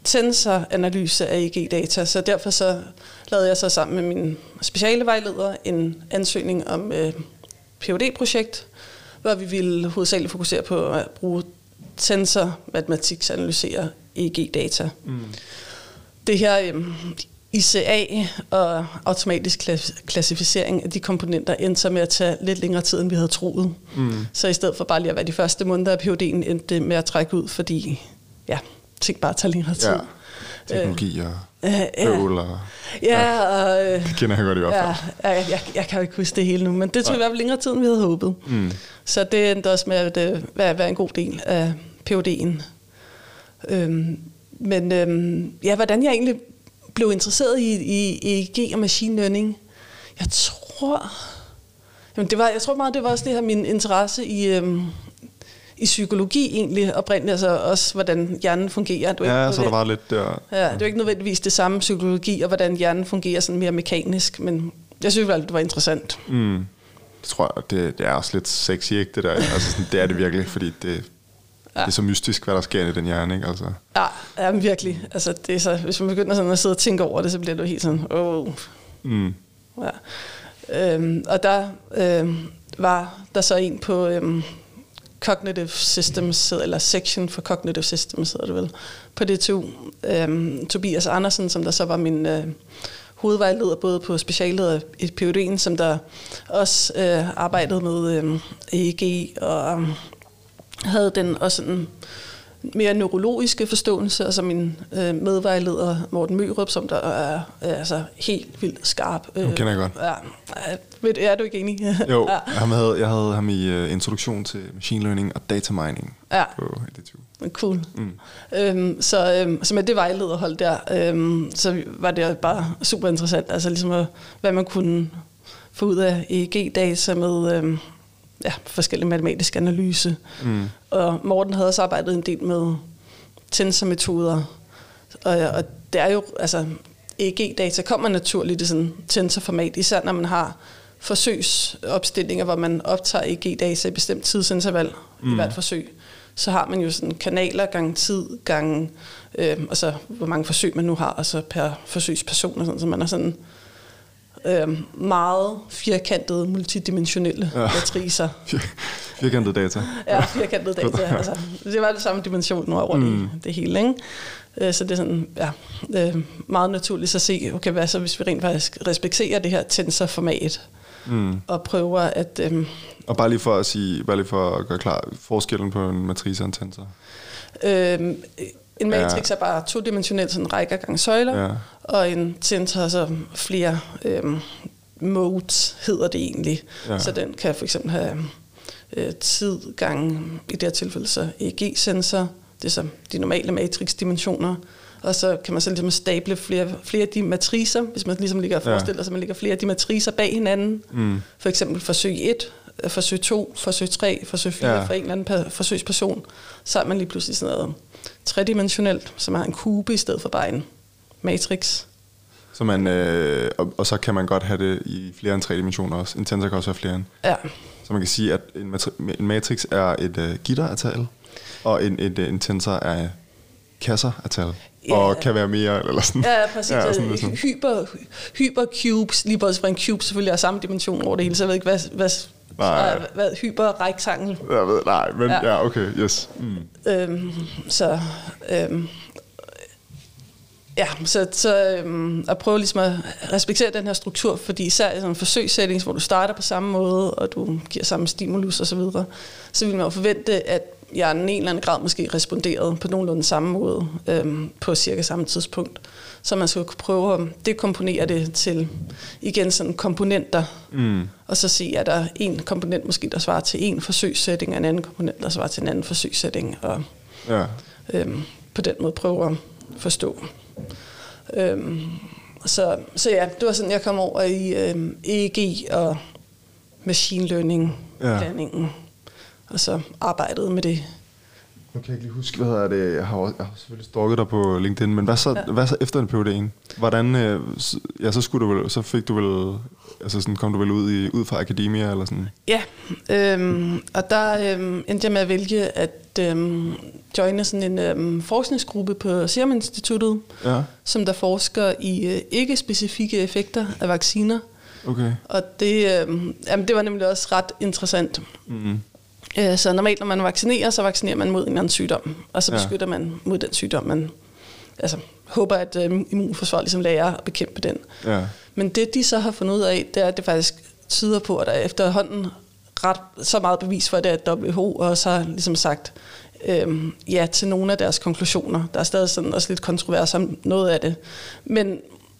tensoranalyse af E E G-data, så derfor så lavede jeg så sammen med min specialevejleder en ansøgning om øh, P H D-projekt, hvor vi ville hovedsageligt fokusere på at bruge tensor-matematik til at analysere E E G-data. Mm. Det her øh, I C A og automatisk klassificering af de komponenter endte så med at tage lidt længere tid, end vi havde troet. Mm. Så i stedet for bare lige at være de første måneder af P H D'en, endte det med at trække ud, fordi ja, ting bare tager længere tid. Ja. Teknologi og øvel og... Ja, og... Det kender jeg godt i hvert fald. Ja, jeg, jeg, jeg kan jo ikke huske det hele nu, men det tog i hvert fald længere tid, end vi havde håbet. Mm. Så det endte også med at være, være en god del af P H D'en. Øhm, men øhm, ja, hvordan jeg egentlig blev interesseret i, i E E G og machine learning, jeg tror... Jamen det var, jeg tror meget, det var også det her, min interesse i... Øhm, i psykologi egentlig oprindeligt, altså også hvordan hjernen fungerer. Du ja, ikke så der var lidt der. Ja, det er jo ikke nødvendigvis det samme psykologi, og hvordan hjernen fungerer sådan mere mekanisk, men jeg synes vel, det var interessant. Mm. Det tror jeg, det, det er også lidt sexy, ikke det der? Altså sådan, det er det virkelig, fordi det, ja. det er så mystisk, hvad der sker i den hjerne, ikke? Altså. Ja, ja, virkelig. Altså, det er så, hvis man begynder sådan at sidde og tænke over det, så bliver det jo helt sådan, åh. Oh. Mm. Ja. Øhm, og der øhm, var der så en på... Øhm, Cognitive Systems, eller Section for Cognitive Systems, hedder det vel, på D T U. Øhm, Tobias Andersen, som der så var min øh, hovedvejleder, både på specialet og i P H D'en, som der også øh, arbejdede med øh, E E G, og øh, havde den også en mere neurologiske forståelse, og så min øh, medvejleder Morten Mørup, som der er øh, altså helt vildt skarp. Øh, kender jeg godt. Ja, er du ikke enig? Jo, ja. jeg, havde, jeg havde ham i uh, introduktion til machine learning og data mining ja. på D T U. Cool. Mm. Øhm, så, øhm, så med det vejlederhold der, øhm, så var det bare super interessant, altså ligesom at, hvad man kunne få ud af E E G-data med øhm, ja, forskellige matematisk analyse. Mm. Og Morten havde også arbejdet en del med tensormetoder, og, og det er jo, altså E E G-data kommer naturligt i sådan tensorformat, især når man har forsøgsopstillinger, hvor man optager E E G-data i bestemt tidsinterval mm. i hvert forsøg. Så har man jo sådan kanaler gange tid, gange, øh, og så hvor mange forsøg man nu har, og så per forsøgsperson, og sådan, så man er sådan øh, meget firkantede, multidimensionelle ja. matricer. Firkantede data. Ja, firkantede data. Altså, det var det samme dimension nu rundt mm. i det hele, ikke? Så det er sådan, ja, meget naturligt at se, okay, hvad så hvis vi rent faktisk respekterer det her tensorformat, mm. og prøver at... Øhm, og bare lige for at sige, bare lige for at gøre klar, forskellen på en matrice og en tensor? Øhm, en matrix ja. er bare todimensionel, sådan rækker gange søjler, ja. og en tensor har så flere øhm, modes, hedder det egentlig. Ja. Så den kan for eksempel have øh, tid gange, i det her tilfælde så E E G-sensor, det er så de normale matrixdimensioner, og så kan man så ligesom stable flere, flere af de matricer, hvis man ligesom ligger og forestiller sig, ja. man ligger flere af de matricer bag hinanden. Mm. For eksempel forsøg et, forsøg to, forsøg tre, forsøg fire ja. for en eller anden forsøgsperson. Så er man lige pludselig sådan noget tredimensionelt, som har en kube i stedet for bare en matrix. Så man, øh, og, og så kan man godt have det i flere end tre dimensioner også. En tensor kan også have flere end. Ja. Så man kan sige, at en, matri- en matrix er et uh, gitter af tal, og en, en, en tensor er kasser af tal, ja. og kan være mere, eller sådan. Ja, præcis. Ja, sådan, sådan. Hyper, hypercubes, lige både fra en cube selvfølgelig har samme dimension over det hele, så jeg ved ikke, hvad, hvad, hvad, hvad hyperrektangel. Jeg ved, nej, men ja, ja okay, yes. Mm. Øhm, så, øhm, ja, så, så øhm, at prøve ligesom at respektere den her struktur, fordi især i sådan en forsøgssætning, hvor du starter på samme måde, og du giver samme stimulus og så videre, så vil man jo forvente, at hjernen i en eller anden grad måske responderede på nogenlunde samme måde øhm, på cirka samme tidspunkt. Så man skulle prøve at dekomponere det til igen sådan komponenter, mm. og så se, at der er en komponent måske, der svarer til en forsøgssætning, og en anden komponent, der svarer til en anden forsøgssætning, og ja. øhm, på den måde prøve at forstå. Øhm, så, så ja, det var sådan, jeg kom over i øhm, E E G og machine learning blandingen. Ja. Og så arbejdede med det. Nu kan jeg ikke lige huske, hvad hedder det. Jeg har, også, jeg har selvfølgelig stalket dig på LinkedIn, men hvad så, ja. hvad så efter en P H D'en? Hvordan, øh, ja, så skulle du vel, så fik du vel, altså sådan, kom du vel ud, i, ud fra akademia eller sådan? Ja, øhm, og der øhm, endte jeg med at vælge at øhm, joine sådan en øhm, forskningsgruppe på Serum Instituttet, ja. som der forsker i øh, ikke-specifikke effekter af vacciner. Okay. Og det, øh, jamen, det var nemlig også ret interessant. Mm-hmm. Øh, så normalt, når man vaccinerer, så vaccinerer man mod en eller anden sygdom, og så beskytter ja. man mod den sygdom, man altså, håber, at øh, immunforsvaret ligesom lærer at bekæmpe den. Ja. Men det, de så har fundet ud af, det er, at det faktisk tyder på, at der efterhånden ret så meget bevis for, at det er, at W H O også har ligesom sagt øh, ja til nogle af deres konklusioner. Der er stadig sådan også lidt kontrovers om noget af det. Men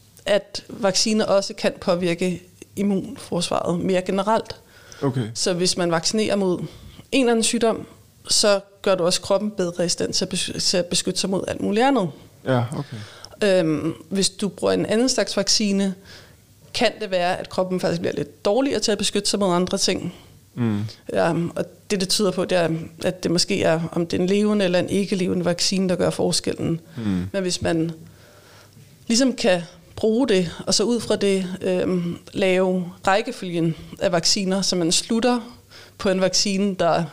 at vacciner også kan påvirke immunforsvaret mere generelt. Okay. Så hvis man vaccinerer mod en eller anden sygdom, så gør du også kroppen bedre i stand til at beskytte sig mod alt muligt andet. Ja, okay. Øhm, hvis du bruger en anden slags vaccine, kan det være, at kroppen faktisk bliver lidt dårligere til at beskytte sig mod andre ting. Mm. Um, og det, det tyder på, det er, at det måske er, om det er en levende eller en ikke-levende vaccine, der gør forskellen. Mm. Men hvis man ligesom kan bruge det, og så ud fra det øhm, lave rækkefølgen af vacciner, så man slutter på en vaccine, der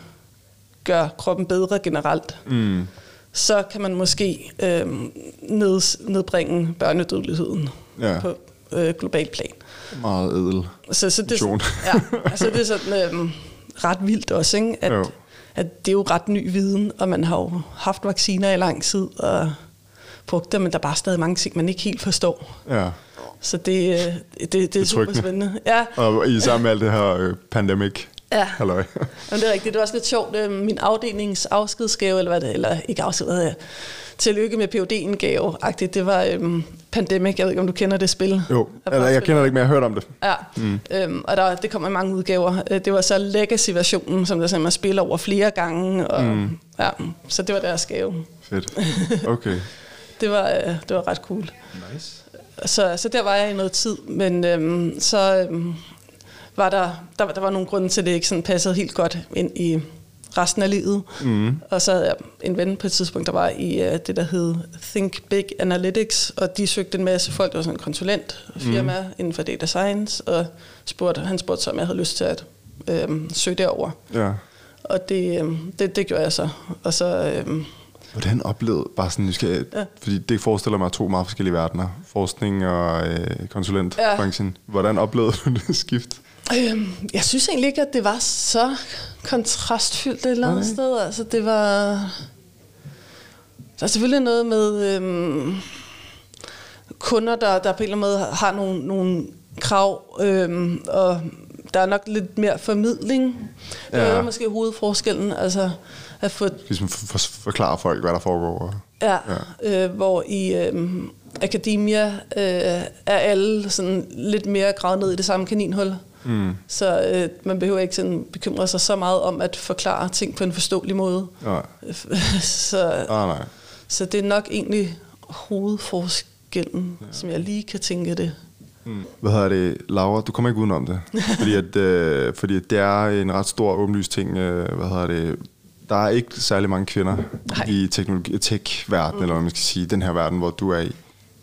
gør kroppen bedre generelt, mm. så kan man måske øhm, ned, nedbringe børnedødeligheden ja. på øh, global plan. Meget edel. Så, så det, ja, altså det er sådan øhm, ret vildt også, ikke? At, at det er jo ret ny viden, og man har jo haft vacciner i lang tid, og brugt dem, men der er bare stadig mange ting, man ikke helt forstår. Ja. Så det, det, det, det er super spændende. Ja. Og i sammen med alt det her øh, pandemic. Ja, halløj. Men det er rigtigt. Det var også lidt sjovt. Min afdelings afskedsgave, eller hvad det eller ikke afsked, hvad det tillykke med P H D-en gave-agtigt. Det var øhm, Pandemic. Jeg ved ikke, om du kender det spil. Jo, eller jeg kender det ikke, men jeg har hørt om det. Ja, mm. øhm, og der, det kommer i mange udgaver. Det var så Legacy-versionen, som der simpelthen man spiller over flere gange. Og, mm. ja, så det var deres gave. Fedt. Okay. det, var, øh, det var ret cool. Nice. Så, så der var jeg i noget tid, men øhm, så øhm, var der, der, der var nogle grunde til, at det ikke sådan passede helt godt ind i resten af livet. Mm. Og så havde jeg en ven på et tidspunkt, der var i uh, det, der hed Think Big Analytics, og de søgte en masse folk, der var sådan en konsulentfirma mm. inden for data science, og spurgte, han spurgte så, om jeg havde lyst til at øhm, søge derover. Ja. Og det, øhm, det, det gjorde jeg så. Og så øhm, hvordan oplevede, bare sådan nysgerrig, ja. fordi det forestiller mig to meget forskellige verdener, forskning og øh, konsulentbranchen. Ja. Hvordan oplevede du det skift? Øhm, jeg synes egentlig ikke, at det var så kontrastfyldt et eller andet okay. sted. Altså det var, der er selvfølgelig noget med øhm, kunder, der, der på en eller anden måde har nogle, nogle krav, øhm, og der er nok lidt mere formidling. Det ja. er måske hovedforskellen, altså at få ligesom for, for, forklare folk, hvad der foregår. Ja, ja. Øh, hvor i øhm, akademia øh, er alle sådan lidt mere gravet ned i det samme kaninhul. Mm. Så øh, man behøver ikke sådan bekymre sig så meget om at forklare ting på en forståelig måde. Nej. så, ah, nej. så det er nok egentlig hovedforskellen, ja. som jeg lige kan tænke det. Mm. Hvad hedder det, Laura? Du kommer ikke udenom det, fordi at øh, fordi at det er en ret stor åbenlys ting. Øh, hvad hedder det? Der er ikke særlig mange kvinder Nej. i teknologi, tech-verdenen, mm. eller hvad man skal sige, den her verden, hvor du er i.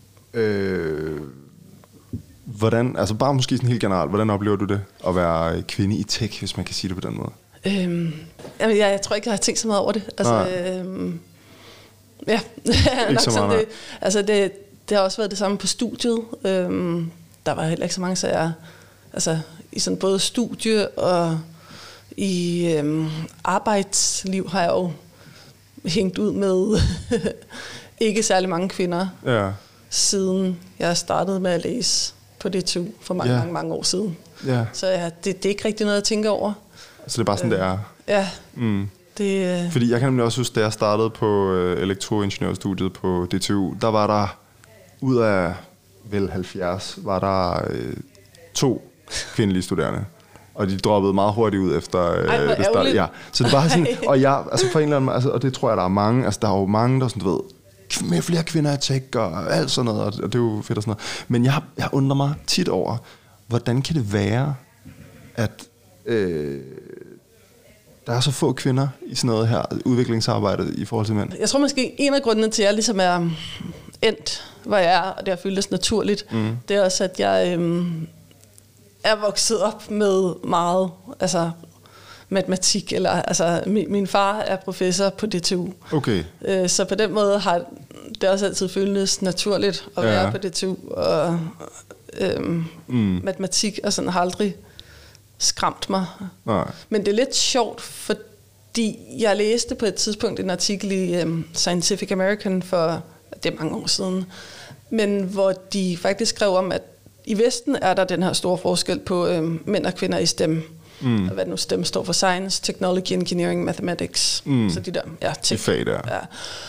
Øh, hvordan, altså bare måske sådan helt generelt, hvordan oplever du det at være kvinde i tech, hvis man kan sige det på den måde? Øhm, jeg, jeg tror ikke, jeg har tænkt så meget over det. Altså, øhm, ja, ikke så meget, det, altså det, det har også været det samme på studiet. Øhm, der var heller ikke så mange sager, altså i sådan både studie og i øhm, arbejdsliv har jeg jo hængt ud med ikke særlig mange kvinder, ja. siden jeg startede med at læse på D T U for mange, ja. mange, mange år siden. Ja. Så ja, det, det er ikke rigtig noget at tænke over. Så det er bare sådan, øh, det er? Ja. Mm. Det, øh. Fordi jeg kan nemlig også huske, da jeg startede på øh, elektroingeniørstudiet på D T U, der var der, ud af vel halvfjerds, var der øh, to kvindelige studerende. Og de droppede meget hurtigt ud efter øh, Ej, det startede. Ja. Så det var sådan, og jeg, altså for en eller anden, altså, og det tror jeg, der er mange, altså der er jo mange, der sådan, du ved, med flere kvinder i tech og alt sådan noget, og det er jo fedt og sådan noget. Men jeg, jeg undrer mig tit over, hvordan kan det være, at øh, der er så få kvinder i sådan noget her udviklingsarbejde i forhold til mænd? Jeg tror måske, en af grundene til, at jeg ligesom er endt, hvor jeg er, og det har føltes naturligt, mm. det er også, at jeg øh, er vokset op med meget, altså matematik. Eller, altså, min, min far er professor på D T U. Okay. Øh, så på den måde har det også altid føltes naturligt at være ja. på D T U. Og øhm, mm. matematik og sådan har aldrig skræmt mig. Nej. Men det er lidt sjovt, fordi jeg læste på et tidspunkt en artikel i um, Scientific American for, det er mange år siden, men hvor de faktisk skrev om, at i Vesten er der den her store forskel på øhm, mænd og kvinder i STEM. Mm. Hvad nu STEM står for Science, Technology, Engineering, Mathematics. Mm. Så de der, ja, de fag der. Ja.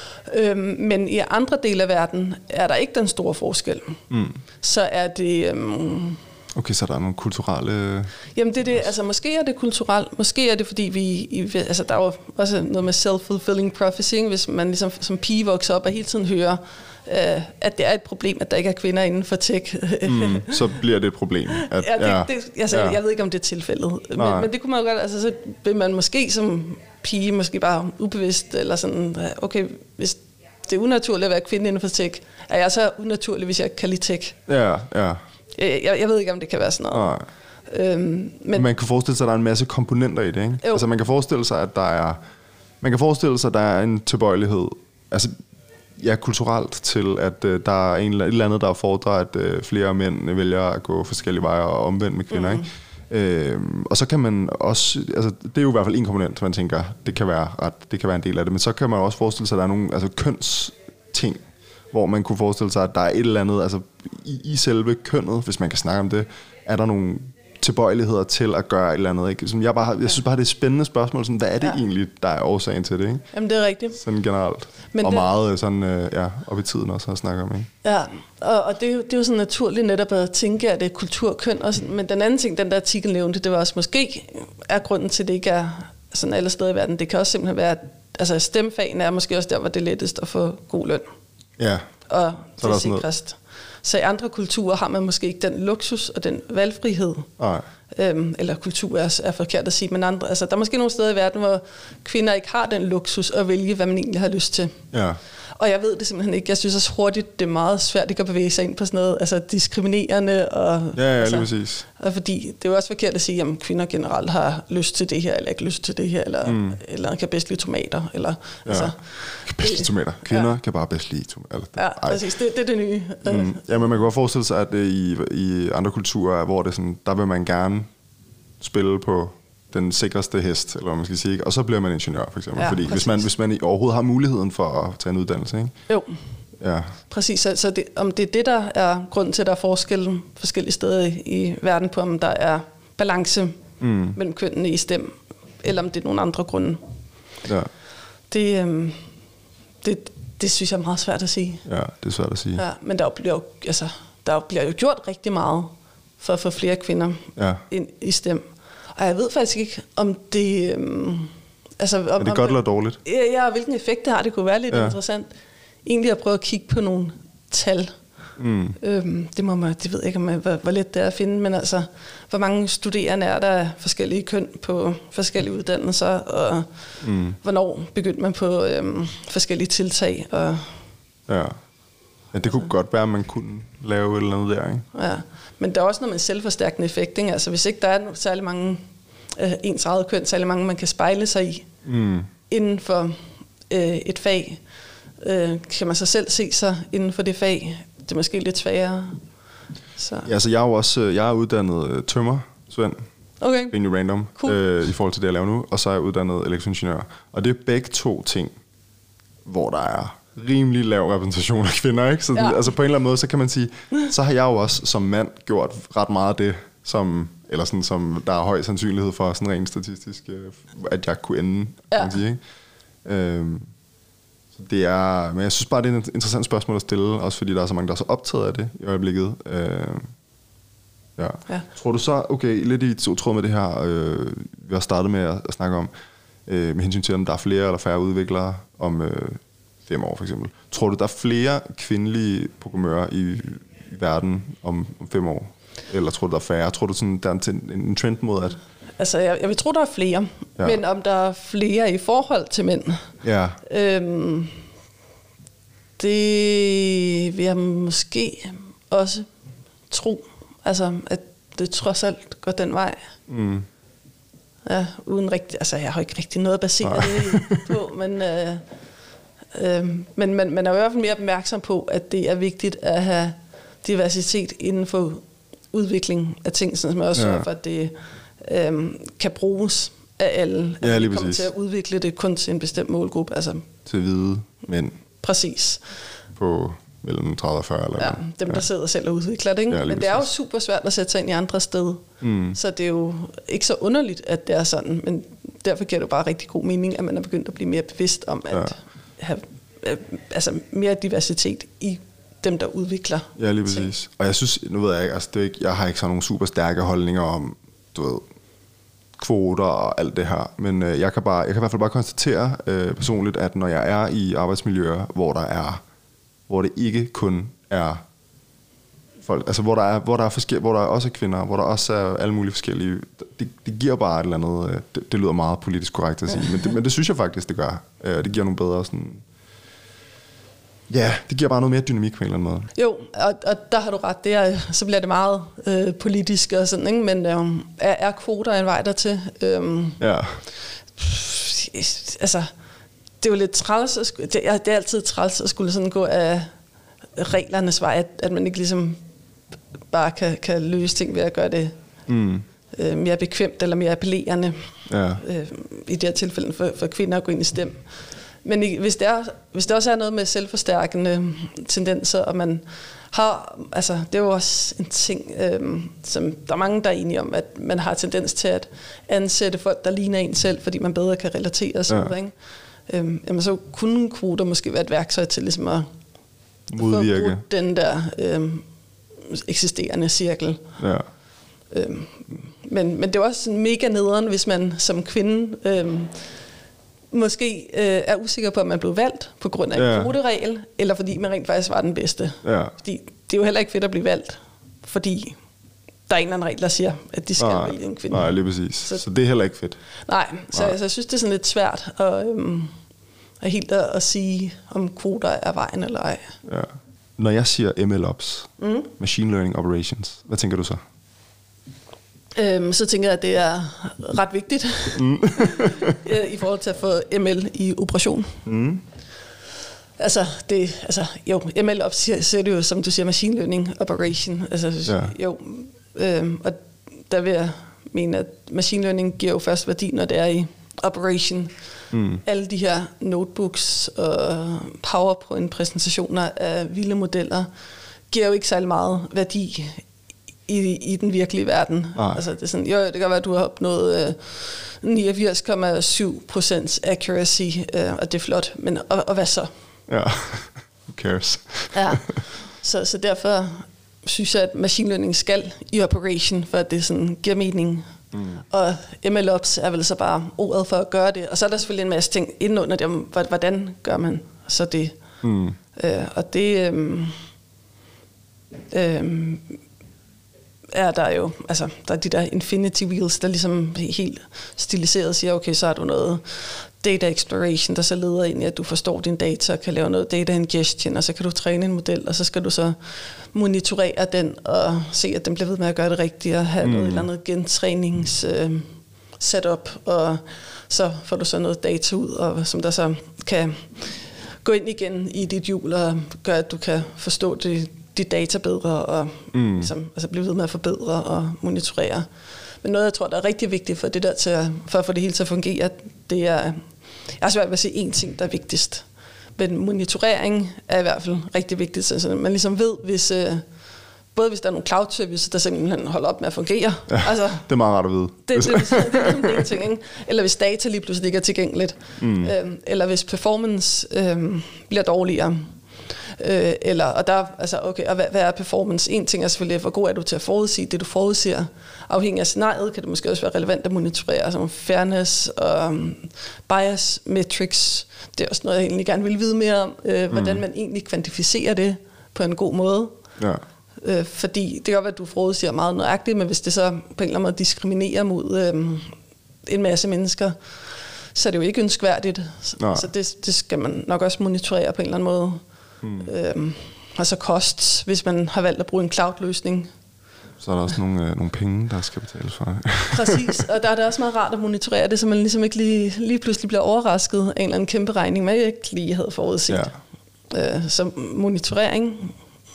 Øhm, men i andre dele af verden er der ikke den store forskel. Mm. Så er det... Øhm, okay, så der er nogle kulturelle... Jamen det er det, altså måske er det kulturelt, måske er det fordi vi, i, altså der er jo også noget med self-fulfilling prophecy, hvis man ligesom som pige vokser op og hele tiden hører, øh, at det er et problem, at der ikke er kvinder inden for tech. mm, så bliver det et problem. At, ja, det, ja, det, altså, ja. Jeg ved ikke, om det er tilfældet, men, men det kunne man jo godt, altså så vil man måske som pige, måske bare ubevidst, eller sådan, okay, hvis det er unaturligt at være kvinde inden for tech, er jeg så unaturlig, hvis jeg kan lide tech? Ja, ja. Jeg, jeg ved ikke, om det kan være sådan noget. Øhm, men man kan forestille sig, at der er en masse komponenter i det, ikke? Jo. Altså man kan forestille sig, at der er, man kan forestille sig, at der er en tilbøjelighed, altså ja, kulturelt til, at uh, der er en, et eller andet, der fordrer, at uh, flere mænd vælger at gå forskellige veje og omvendt med kvinder, mm. ikke? Øhm, og så kan man også, altså det er jo i hvert fald en komponent, man tænker, det kan være ret, det kan være en del af det, men så kan man også forestille sig, at der er nogle altså kønsting, hvor man kunne forestille sig, at der er et eller andet, altså i, i selve kønnet, hvis man kan snakke om det, er der nogle tilbøjeligheder til at gøre et eller andet, ikke? Som jeg, bare, jeg synes bare, det er et spændende spørgsmål, sådan, hvad er det ja. egentlig, der er årsagen til det, ikke? Jamen, det er rigtigt. Sådan generelt. Men og det... meget sådan, øh, ja, op i tiden også at snakke om, ikke? Ja, og, og det, er jo, det er jo sådan naturligt netop at tænke, at det er kulturkøn, og sådan, men den anden ting, den der artikel nævnte, det var også måske, er grunden til, at det ikke er sådan alle steder i verden. Det kan også simpelthen være, at altså, stemfagene er måske også der, hvor det er lettest at få god løn. Ja. Og det er sikrest. Så i andre kulturer har man måske ikke den luksus og den valgfrihed. Nej. Øhm, eller kultur er, er forkert at sige, men andre, altså, der er måske nogle steder i verden, hvor kvinder ikke har den luksus at vælge, hvad man egentlig har lyst til. Ja. Og jeg ved det simpelthen ikke. Jeg synes også hurtigt, det er meget svært ikke at bevæge sig ind på sådan noget, altså diskriminerende. Og, ja, ja, altså, lige præcis. Og fordi det er jo også forkert at sige, at kvinder generelt har lyst til det her, eller ikke lyst til det her, eller, mm. eller kan bedst lide tomater. Eller, ja. Altså, kan bedst lide tomater. Kvinder ja. kan bare bedst lide tomater. Ja, præcis. Det, det er det nye. Mm. Ja, men man kan godt forestille sig, at i, i andre kulturer, hvor det sådan, der vil man gerne spille på den sikreste hest, eller hvad man skal sige, og så bliver man ingeniør, for eksempel. Ja, fordi hvis man, hvis man overhovedet har muligheden for at tage en uddannelse, ikke? Jo. Ja. Præcis, så, så det, om det er det, der er grunden til, at der er forskel forskellige steder i, i verden på, om der er balance mm. mellem kønnene i STEM, eller om det er nogle andre grunde. Ja. Det, øhm, det, det synes jeg er meget svært at sige. Ja, det er svært at sige. Ja, men der bliver jo, altså, der bliver jo gjort rigtig meget for at få flere kvinder ja. ind i STEM. Og jeg ved faktisk ikke, om det... Øhm, altså, om, er det godt eller dårligt? Ja, ja, hvilken effekt det har. Det kunne være lidt ja. interessant. Egentlig at prøve at kigge på nogle tal. Mm. Øhm, det må man, det ved jeg ikke, om man, hvor, hvor let det er at finde, men altså, hvor mange studerende er der af forskellige køn på forskellige uddannelser, og mm. hvornår begyndte man på øhm, forskellige tiltag. Og, ja. Ja, det kunne altså. godt være, at man kunne lave et eller andet der, ikke? Ja, men der er også noget med selvforstærkende effekt, ikke? Altså, hvis ikke der er særlig mange øh, ens eget køn, særlig mange, man kan spejle sig i mm. inden for øh, et fag, øh, kan man så selv se sig inden for det fag. Det er måske lidt sværere. Så. Ja, altså jeg er jo også jeg er uddannet tømrer, Svend. Okay. Rimelig random cool. øh, i forhold til det, jeg laver nu. Og så er jeg uddannet elektroingeniør. Og det er begge to ting, hvor der er rimelig lav repræsentation af kvinder, ikke? Så ja. Altså på en eller anden måde, så kan man sige, så har jeg jo også som mand gjort ret meget af det, som, eller sådan, som der er høj sandsynlighed for, sådan rent statistisk, at jeg kunne ende, ja. kan man sige, ikke? Øhm, så det er, men jeg synes bare, det er et interessant spørgsmål at stille, også fordi der er så mange, der er så optaget af det i øjeblikket. Øhm, ja. Ja. Tror du så, okay, lidt i tråd med det her, øh, vi har startet med at, at snakke om, øh, med hensyn til, om der er flere eller færre udviklere, om øh, fem år for eksempel. Tror du, der er flere kvindelige programmører i, i verden om, om fem år? Eller tror du, der er færre? Tror du, sådan, der er en, en trend mod at... Altså, jeg, jeg vil tro, der er flere. Ja. Men om der er flere i forhold til mænd? Ja. Øhm, det vil jeg måske også tro. Altså, at det trods alt går den vej. Mm. Ja, uden rigtig, altså jeg har ikke rigtig noget at basere det på, men, øh, øh, men man, man er i hvert fald mere opmærksom på, at det er vigtigt at have diversitet inden for udvikling af ting, sådan som jeg også ja. for, at det øh, kan bruges af alle. Ja, at lige vi kommer præcis. til at udvikle det kun til en bestemt målgruppe. Altså, til hvide mænd. Præcis. På mellem tredive og fyrre. Eller ja, dem der ja. sidder selv og udvikler det. Ikke? Ja, men det er jo super svært at sætte sig ind i andre steder. Mm. Så det er jo ikke så underligt, at det er sådan. Men derfor giver det jo bare rigtig god mening, at man er begyndt at blive mere bevidst om at ja. have altså mere diversitet i dem, der udvikler. Ja, lige præcis. Ting. Og jeg synes, nu ved jeg ikke, altså det er ikke, jeg har ikke sådan nogle super stærke holdninger om, du ved, kvoter og alt det her. Men øh, jeg kan bare, jeg kan i hvert fald bare konstatere øh, personligt, at når jeg er i arbejdsmiljøer, hvor der er, hvor det ikke kun er folk, altså hvor der er, hvor der er forskellige, hvor der også er kvinder, hvor der også er alle mulige forskellige, det, det giver bare et eller andet, øh, det, det lyder meget politisk korrekt at sige, men det, men det synes jeg faktisk, det gør. Øh, det giver nogle bedre sådan. Ja, det giver bare noget mere dynamik på en eller anden måde. Jo, og, og der har du ret. Det er, så bliver det meget øh, politisk og sådan, ikke? Men øh, er, er kvoter en vej dertil? Øh, ja. Altså, det er jo lidt træls. At skulle, det, er, det er altid træls at skulle sådan gå af reglernes vej, at, at man ikke ligesom bare kan, kan løse ting ved at gøre det mm. øh, mere bekvemt eller mere appellerende. Ja. Øh, I det her tilfælde for, for kvinder at gå ind i stem. Men i, hvis, det er, hvis det også er noget med selvforstærkende tendenser, og man har, altså det er jo også en ting, øh, som der er mange, der er enige om, at man har tendens til at ansætte folk, der ligner en selv, fordi man bedre kan relatere sig. Ja. Ikke? Øh, jamen, så kunne kvoter måske være et værktøj til ligesom at modvirke den der øh, eksisterende cirkel. Ja. Øh, men, men det er også mega nederen, hvis man som kvinde øh, måske øh, er usikker på, at man blev valgt på grund af en ja. kvoteregel, eller fordi man rent faktisk var den bedste. Ja. Fordi det er jo heller ikke fedt at blive valgt, fordi der er en eller anden regel, der siger, at de skal nej, vælge en kvinde. Nej, lige præcis. Så, så det er heller ikke fedt. Nej, så nej. Altså, jeg synes, det er sådan lidt svært at, øhm, at helt at, at sige, om kvoter er vejen eller ej. Ja. Når jeg siger M L Ops, mm. Machine Learning Operations, hvad tænker du så? Øhm, så tænker jeg, at det er ret vigtigt mm. i forhold til at få M L i operation. Mm. Altså, det, altså, jo, M L Ops siger, siger det jo, som du siger, Machine Learning Operation. Altså, ja. jo, øhm, og der vil jeg mene, at Machine Learning giver jo først værdi, når det er i operation. Mm. Alle de her notebooks og PowerPoint-præsentationer af vilde modeller giver jo ikke særlig meget værdi i, i den virkelige verden. Ah. Altså, det er sådan, jo, det kan være, at du har opnået øh, niogfirs komma syv procent accuracy, øh, og det er flot, men og, og hvad så? Ja, who cares? Ja, så, så derfor synes jeg, at machine learning skal i operation, for at det sådan giver mening. Mm. Og M L Ops er vel så bare ordet for at gøre det. Og så er der selvfølgelig en masse ting indenunder det, om hvordan gør man så det. Mm. Øh, og det øh, øh, er der jo, altså der er de der infinity wheels, der ligesom helt stiliseret siger, okay, så har du noget data exploration, der så leder ind i, at du forstår din data og kan lave noget data ingestion, og så kan du træne en model, og så skal du så monitorere den og se, at den bliver ved med at gøre det rigtigt, og have mm. noget eller andet gentrænings øh, setup, og så får du så noget data ud, og som der så kan gå ind igen i dit hjul og gøre, at du kan forstå det, dit data bedre, og mm. ligesom, altså blive ved med at forbedre og monitorere. Men noget, jeg tror, der er rigtig vigtigt for det der til at, for at få det hele til at fungere, det er, jeg har svært ved at sige én ting, der er vigtigst. Men monitorering er i hvert fald rigtig vigtigt, så man ligesom ved, hvis, øh, både hvis der er nogle cloud services, der simpelthen holder op med at fungere. Ja, altså, det er meget rart at vide. Det, det, det, det, det er ligesom det ting, ikke? Eller hvis data lige pludselig ikke er tilgængeligt. Mm. Øh, eller hvis performance øh, bliver dårligere. Øh, eller, og der, altså, okay, og hvad, hvad er performance? En ting er selvfølgelig, hvor god er du til at forudsige det, du forudsiger. Afhængig af scenariet kan det måske også være relevant at monitorere, som fairness og um, bias metrics. Det er også noget, jeg egentlig gerne vil vide mere om, øh, hvordan mm. man egentlig kvantificerer det på en god måde. Ja. Øh, fordi det kan godt være, at du forudsiger meget nøjagtigt, men hvis det så på en eller anden måde diskriminerer mod øh, en masse mennesker, så er det jo ikke ønskværdigt. Så, så det, det skal man nok også monitorere på en eller anden måde. Hmm. Øhm, og så kost, hvis man har valgt at bruge en cloud-løsning. Så så er der også nogle, øh, nogle penge, der skal betales for det. Præcis, og der er det også meget rart at monitorere det, så man ligesom ikke lige, lige pludselig bliver overrasket af en eller anden kæmpe regning, man ikke lige havde forudset. Ja. Øh, så monitorering,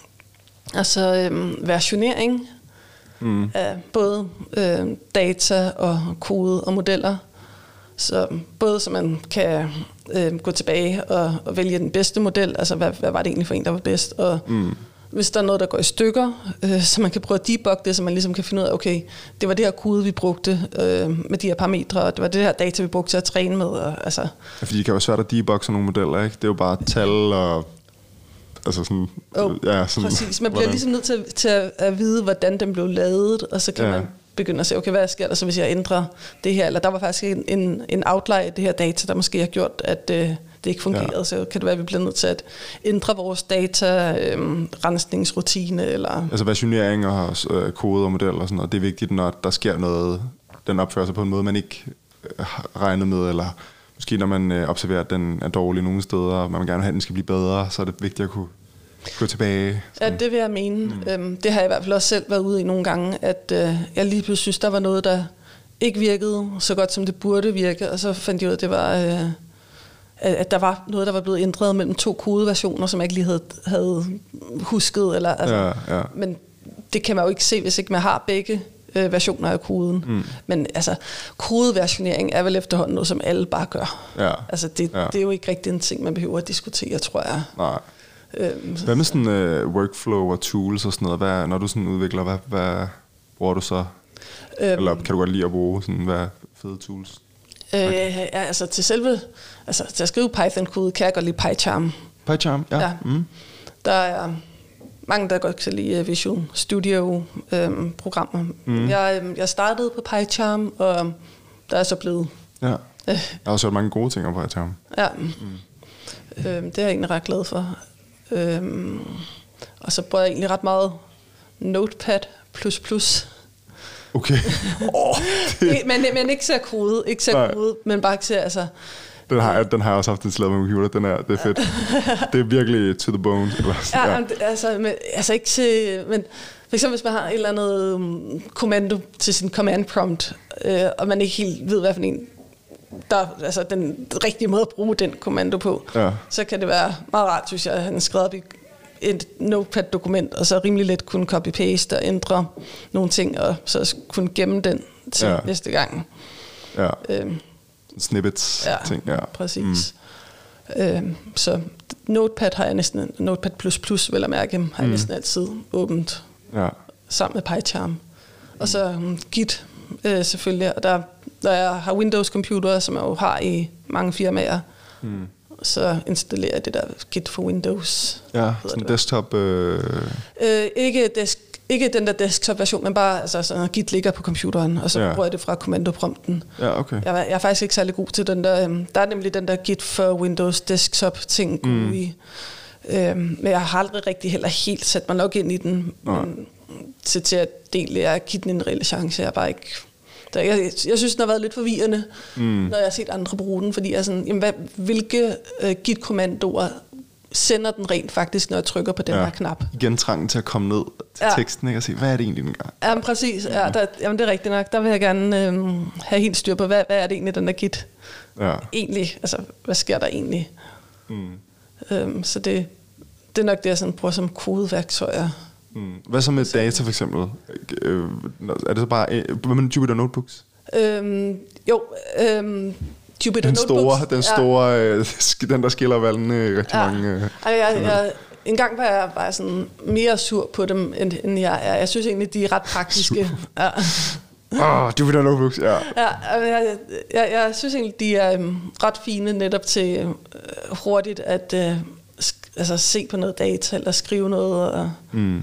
og så øh, versionering mm. af både øh, data og kode og modeller. Så både så man kan øh, gå tilbage og, og vælge den bedste model, altså hvad, hvad var det egentlig for en, der var bedst, og mm. hvis der er noget, der går i stykker, øh, så man kan prøve at debugge det, så man ligesom kan finde ud af, okay, det var det her kode, vi brugte øh, med de her parametre, og det var det her data, vi brugte til at træne med. Og, altså. Ja, fordi det kan jo være svært at debugge sådan nogle modeller, ikke? Det er jo bare tal og... Altså sådan... Oh, ja, sådan præcis. Man bliver hvordan? ligesom nødt til, til at, at vide, hvordan den blev lavet, og så kan ja. man begynde at se, okay, hvad sker der så, hvis jeg ændrer det her? Eller der var faktisk en, en, en outlier i det her data, der måske har gjort, at... Øh, det ikke fungerede, ja. så kan det være, at vi bliver nødt til at ændre vores data, øhm, rensningsrutine, eller... Altså versionering og øh, kode og modeller og sådan noget, det er vigtigt, når der sker noget, den opfører sig på en måde, man ikke øh, har regnet med, eller måske når man øh, observerer, at den er dårlig nogle steder, og man vil gerne have, at den skal blive bedre, så er det vigtigt at kunne gå tilbage. Sådan. Ja, det vil jeg mene. Mm. Øhm, det har jeg i hvert fald også selv været ude i nogle gange, at øh, jeg lige pludselig synes, der var noget, der ikke virkede så godt, som det burde virke, og så fandt jeg ud af, at det var... Øh, at der var noget, der var blevet ændret mellem to kodeversioner, som jeg ikke lige havde, havde husket. Eller, altså, ja, ja. Men det kan man jo ikke se, hvis ikke man har begge øh, versioner af koden. Mm. Men altså, kodeversionering er vel efterhånden noget, som alle bare gør. Ja. Altså, det, ja. det er jo ikke rigtig en ting, man behøver at diskutere, tror jeg. Nej. Øhm, hvad med sådan uh, workflow og tools og sådan noget? Hvad, når du sådan udvikler, hvad, hvad bruger du så? Øhm, eller kan du godt lide at bruge sådan, hvad fede tools? Okay. Øh, ja, altså til selve, altså til at skrive Python-kode, kan jeg godt lide PyCharm. PyCharm, ja. ja. Mm. Der er mange, der godt kan lide Visual Studio-programmer. Øhm, mm. jeg, jeg startede på PyCharm, og der er så blevet... Ja, jeg har også hørt mange gode ting om PyCharm. Ja, mm. øhm, det er jeg egentlig ret glad for. Øhm, og så bruger jeg egentlig ret meget Notepad plus plus. Okay. oh, det. men, men ikke ser kode, ikke ser kode, men bare ser altså... Den har, den har jeg også haft installeret med computer, den er, det er fedt. Det er virkelig to the bone. Eller, ja, ja. Altså, men, altså ikke til... Men for eksempel, hvis man har et eller andet um, kommando til sin command prompt, øh, og man ikke helt ved, hvad for en, der altså den rigtige måde at bruge den kommando på, ja. Så kan det være meget rart, synes jeg, at han skrev op i et Notepad-dokument, og så rimelig let kunne copy-paste og ændre nogle ting, og så kunne gemme den til ja. næste gang. Ja. Øhm, Snippets ja, ting. Ja, præcis. Mm. Øhm, så Notepad har jeg næsten, Notepad plus plus, vel at mærke, har jeg mm. næsten altid åbent ja. sammen med PyCharm. Og så um, Git øh, selvfølgelig, og der, der jeg har Windows-computere, som jeg jo har i mange firmaer, mm. så installerer jeg det der Git for Windows. Ja, sådan desktop... Øh... Øh, ikke, desk, ikke den der desktop-version, men bare altså, sådan, Git ligger på computeren, og så ja. bruger jeg det fra kommandoprompten. Ja, okay. Jeg, jeg er faktisk ikke særlig god til den der... Um, der er nemlig den der Git for Windows desktop-ting mm. i. Um, men jeg har aldrig rigtig heller helt sat mig nok ind i den. Men, til, til at dele er at give den en reel chance. Jeg er bare ikke... Der, jeg, jeg synes, den har været lidt forvirrende, mm. når jeg har set andre bruge den, fordi jeg er sådan, jamen, hvad, hvilke uh, Git-kommandoer sender den rent faktisk, når jeg trykker på den ja. her knap. Igen trangen til at komme ned til ja. teksten, ikke? Og se, hvad er det egentlig, den gør? Jamen præcis, ja, der, jamen, det er rigtigt nok. Der vil jeg gerne øhm, have helt styr på, hvad, hvad er det egentlig, den der Git ja. egentlig, altså hvad sker der egentlig? Mm. Øhm, så det, det er nok det, jeg sådan bruger som kodeværktøjer. Mm. Hvad så med data for eksempel? Øh, er det så bare, hvad med Jupyter Notebooks? Øhm, jo, øhm, Jupyter den Notebooks. Store, den store, ja. øh, den der skiller valgene rigtig ja. mange. Øh, jeg, jeg, jeg, en gang var jeg bare sådan mere sur på dem, end, end jeg er. Jeg synes egentlig, de er ret praktiske. Ja. Åh, oh, Jupyter Notebooks, ja. Ja, jeg, jeg, jeg synes egentlig, de er um, ret fine netop til uh, hurtigt at uh, sk- altså, se på noget data eller skrive noget. Og, mm.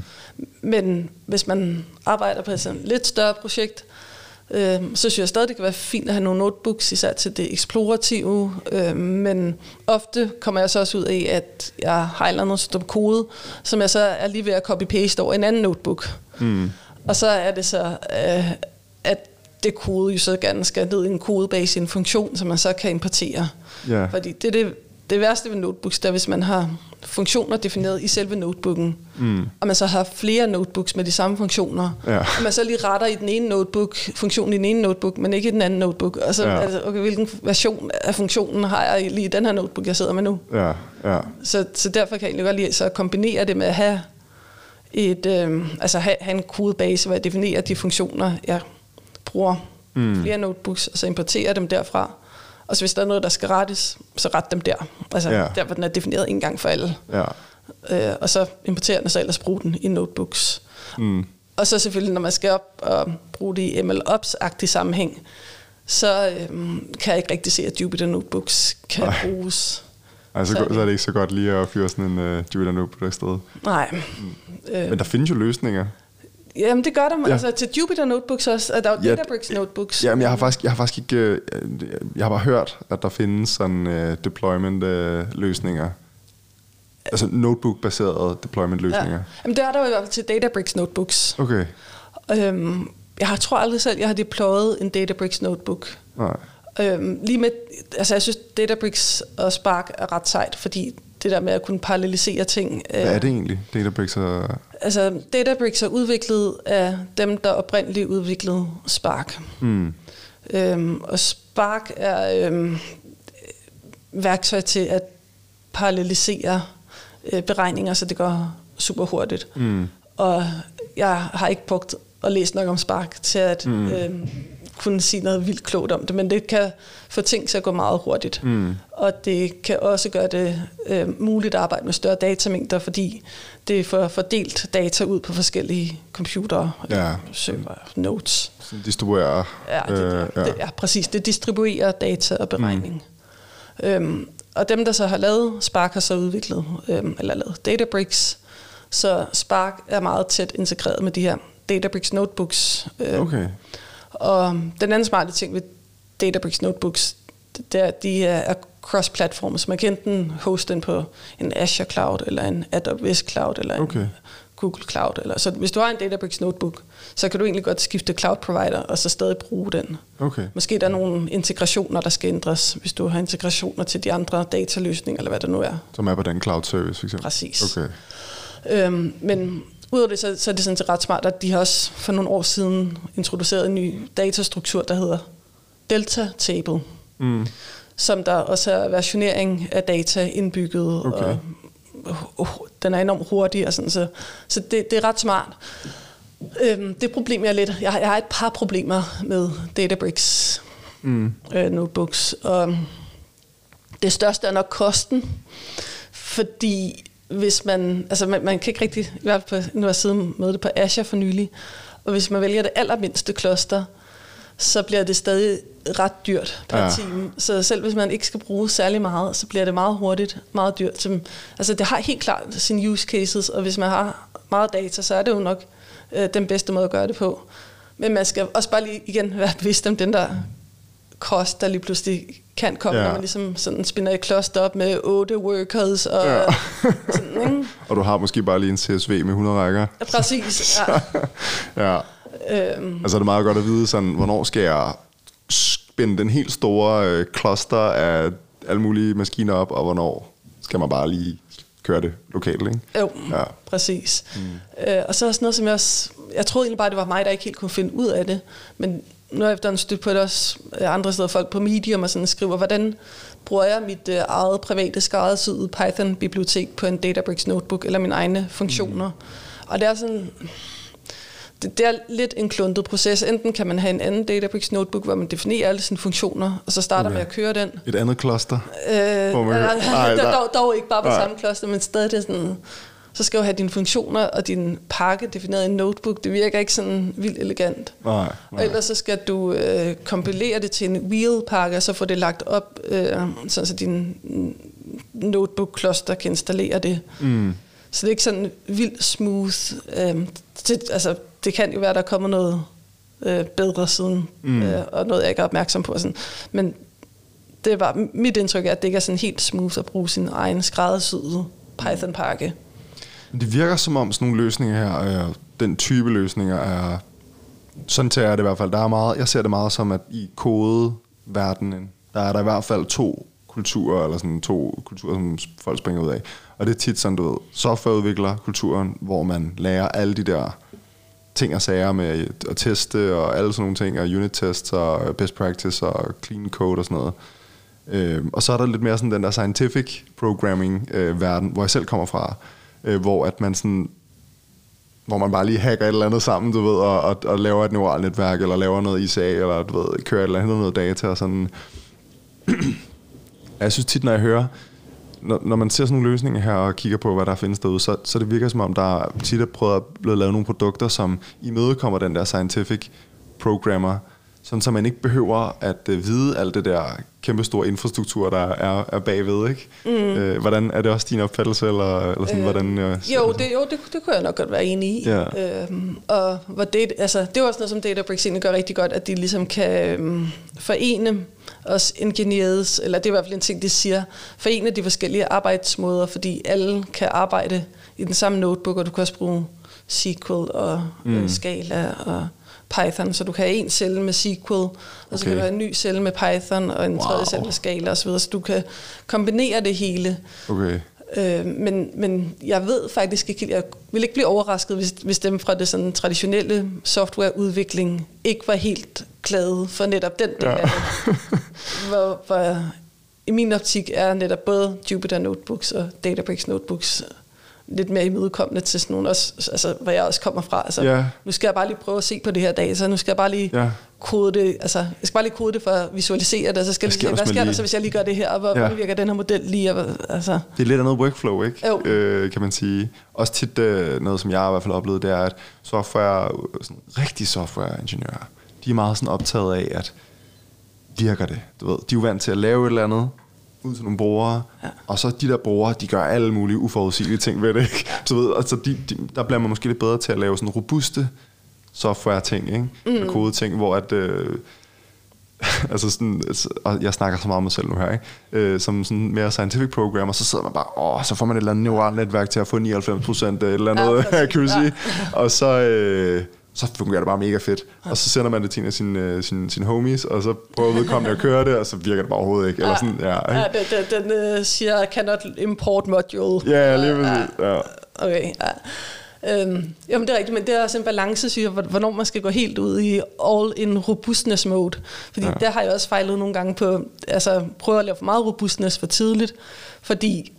Men hvis man arbejder på et sådan lidt større projekt, øh, så synes jeg stadig, det kan være fint at have nogle notebooks, især til det eksplorative. Øh, men ofte kommer jeg så også ud af, at jeg har et eller andet stykke kode, som jeg så er lige ved at copy-paste over en anden notebook. Mm. Og så er det så, øh, at det kode jo så gerne skal ned i en kodebase i en funktion, som man så kan importere. Yeah. Fordi det er det, det værste ved notebooks, der hvis man har funktioner defineret i selve notebooken, mm. og man så har flere notebooks med de samme funktioner, ja. og man så lige retter i den ene notebook, funktionen i den ene notebook, men ikke i den anden notebook. Og så, ja. altså, okay, hvilken version af funktionen har jeg lige i den her notebook, jeg sidder med nu? Ja, ja. Så, så derfor kan jeg egentlig godt lide så at kombinere det med at have, et, øh, altså have, have en kodebase, hvor jeg definerer de funktioner, jeg bruger mm. flere notebooks, og så importerer dem derfra. Og så hvis der er noget, der skal rettes, så ret dem der. Altså ja. der, hvor den er defineret en gang for alle. Ja. Øh, og så importerer den, og så ellers bruge den i notebooks. Mm. Og så selvfølgelig, når man skal op og bruge det i M L Ops-agtig sammenhæng, så øh, kan jeg ikke rigtig se, at Jupyter Notebooks kan Ej. bruges. Altså, så, så er det ikke så godt lige at fyre sådan en uh, Jupyter Notebook i stedet. Nej. Mm. Øh. Men der findes jo løsninger. Jamen det gør der, ja. altså til Jupyter Notebooks også, og der er jo ja, Databricks Notebooks. Jamen jeg har faktisk, jeg har faktisk ikke, jeg har bare hørt, at der findes sådan uh, deployment uh, løsninger, altså notebook-baserede deployment løsninger. Ja. Jamen det er der jo i hvert fald til Databricks Notebooks. Okay. Øhm, jeg har, tror aldrig selv, jeg har deployet en Databricks Notebook. Nej. Øhm, lige med, altså jeg synes Databricks og Spark er ret sejt, fordi det der med at kunne parallelisere ting. Hvad er det egentlig, Databricks og... Altså, Databricks er udviklet af dem, der oprindeligt udviklede Spark. Mm. Øhm, og Spark er øhm, værktøj til at parallelisere øh, beregninger, så det går super hurtigt. Mm. Og jeg har ikke brugt og læst nok om Spark til at mm. øhm, kunne sige noget vildt klogt om det, men det kan få ting til at gå meget hurtigt. Mm. Og det kan også gøre det øh, muligt at arbejde med større datamængder, fordi det får fordelt data ud på forskellige computere, ja. server, nodes. Så distribuerer. Ja, det, øh, ja. Det, ja, præcis. Det distribuerer data og beregning. Mm. Øhm, og dem, der så har lavet Spark, har så udviklet, øhm, eller lavet Databricks, så Spark er meget tæt integreret med de her Databricks Notebooks. Øhm, okay. Og den anden smarte ting ved Databricks Notebooks, det er, at de er cross-platform, så man kan enten hoste den på en Azure Cloud, eller en A W S Cloud, eller okay. en Google Cloud. Eller, så hvis du har en Databricks Notebook, så kan du egentlig godt skifte cloud provider, og så stadig bruge den. Okay. Måske der er nogle integrationer, der skal ændres, hvis du har integrationer til de andre dataløsninger, eller hvad det nu er. Som er på den cloud service, for eksempel? Præcis. Okay. Øhm, men udover det, så, så er det sådan set ret smart, at de har også for nogle år siden introduceret en ny datastruktur, der hedder Delta Table, mm. som der også er versionering af data indbygget, okay. og uh, den er enormt hurtig, og sådan, så, så det, det er ret smart. Øhm, det problem er lidt, jeg har, jeg har et par problemer med Databricks mm. øh, notebooks, og det største er nok kosten, fordi hvis man, altså man, man kan ikke rigtig, i hvert fald nu har jeg siddet med det på Azure for nylig, og hvis man vælger det allermindste kloster, så bliver det stadig ret dyrt per ja. time. Så selv hvis man ikke skal bruge særlig meget, så bliver det meget hurtigt, meget dyrt. Som, altså det har helt klart sine use cases, og hvis man har meget data, så er det jo nok øh, den bedste måde at gøre det på. Men man skal også bare lige igen være bevidst om den der kost, der lige pludselig kan komme, ja. når man ligesom sådan spinner et cluster op med otte workers. Og, ja. sådan, ikke? Og du har måske bare lige en C S V med hundrede rækker. Ja, præcis. Ja. ja. Øhm. Altså det er meget godt at vide, sådan, hvornår skal jeg spænde den helt store øh, cluster af alle mulige maskiner op, og hvornår skal man bare lige køre det lokalt, ikke? Jo, ja. præcis. Mm. Øh, og så også noget, som jeg også... Jeg troede egentlig bare, det var mig, der ikke helt kunne finde ud af det, men nu har jeg stødt på det også andre steder, folk på Medium og sådan skriver, hvordan bruger jeg mit øh, eget private skræddersyede Python-bibliotek på en Databricks notebook, eller mine egne funktioner. Mm. Og det er sådan... Det, det er lidt en kluntet proces. Enten kan man have en anden Databricks notebook, hvor man definerer alle sine funktioner, og så starter okay. med at køre den. Et andet cluster? Øh, man, nej, der, dog, dog ikke bare på nej. samme cluster, men stadig det er sådan... Så skal du have dine funktioner og din pakke defineret i en notebook. Det virker ikke sådan vildt elegant. Nej, nej. Og ellers så skal du øh, kompilere det til en wheel-pakke, og så få det lagt op, øh, sådan så din notebook-cluster kan installere det. Mm. Så det er ikke sådan vildt smooth. Øh, det, altså, det kan jo være, der er kommet noget øh, bedre siden, mm. øh, og noget, jeg ikke er opmærksom på. Sådan. Men det var mit indtryk, at det ikke er sådan helt smooth at bruge sin egen skræddersyede Python-pakke. Det virker som om sådan nogle løsninger her, øh, den type løsninger er, sådan tager jeg det i hvert fald, der er meget, jeg ser det meget som, at i kodeverdenen, der er der i hvert fald to kulturer, eller sådan to kulturer, som folk springer ud af. Og det er tit sådan, du ved, softwareudvikler-kulturen, hvor man lærer alle de der ting og sager med at teste, og alle sådan nogle ting, og unit-tests, og best practice, og clean code og sådan noget. Øh, og så er der lidt mere sådan den der scientific programming-verden, øh, hvor jeg selv kommer fra, øh, hvor at man sådan, hvor man bare lige hacker et eller andet sammen, du ved, og, og, og laver et neuralnetværk, eller laver noget I C A, eller du ved, kører et eller andet noget data, og sådan. Jeg synes tit, når jeg hører, når, når man ser sådan nogle løsninger her, og kigger på, hvad der findes derude, så, så det virker som om, der tit er prøvet at blive lavet nogle produkter, som imødekommer den der scientific programmer, sådan så man ikke behøver at uh, vide alt det der kæmpe store infrastruktur, der er, er bagved, ikke? Mm. Øh, hvordan, er det også din opfattelse, eller, eller sådan, øh, hvordan... Uh, jo, det, jo det, det kunne jeg nok godt være enig i. Yeah. Øhm, og hvor det, altså, det er også noget, som Databricks egentlig gør rigtig godt, at de ligesom kan øhm, forene os engineers, eller det er i hvert fald en ting, de siger, forene de forskellige arbejdsmåder, fordi alle kan arbejde i den samme notebook, og du kan også bruge S Q L og mm. øh, Scala og Python, så du kan have en celle med S Q L, og okay. så kan du have en ny celle med Python, og en wow. tredje celle med Scala osv., så du kan kombinere det hele. Okay. Øh, men, men jeg ved faktisk ikke, jeg vil ikke blive overrasket, hvis, hvis dem fra det sådan traditionelle softwareudvikling ikke var helt glade for netop den del ja. af det. hvor, hvor i min optik er netop både Jupyter Notebooks og Databricks Notebooks lidt mere imødekommende til sådan nogle, også, altså, hvor jeg også kommer fra. Altså, yeah. Nu skal jeg bare lige prøve at se på det her data, nu skal jeg bare lige yeah. kode det, altså, jeg skal bare lige kode det for at visualisere det, og så skal jeg lige, hvad sker der så, hvis jeg lige gør det her, og hvor yeah. virker den her model lige? Og, altså. Det er lidt andet workflow, ikke? Øh, kan man sige. Også tit øh, noget, som jeg i hvert fald har oplevet, det er, at software, sådan, rigtige softwareingeniører, de er meget sådan optaget af, at virker det? Du ved, de er jo vant til at lave et eller andet, ud til nogle brugere, ja. og så de der brugere, de gør alle mulige uforudsigelige ting ved det, ikke? Ja. Så ved, altså de, de, der bliver man måske lidt bedre til at lave sådan robuste software-ting, ikke? Mm. Kode-ting, hvor at... Øh, altså sådan, og jeg snakker så meget om mig selv nu her, ikke? Øh, som sådan mere scientific programmer, så sidder man bare, åh, så får man et eller andet neuralnetværk til at få nioghalvfems procent et eller andet ja, accuracy, ja. og så... Øh, så fungerer det bare mega fedt. Og så sender man det til en af sine, sine, sine homies, og så prøver vedkommende at køre det, og så virker det bare overhovedet ikke. Eller sådan, ja, ja den, den, den uh, siger, cannot import module. Ja, lige præcis. Ja. Okay, ja. Øhm, jamen det er rigtigt, men det er også en balance, synes jeg, hvornår man skal gå helt ud i all-in robustness mode. Fordi ja. der har jeg også fejlet nogle gange på, altså prøve at lave for meget robustness for tidligt, fordi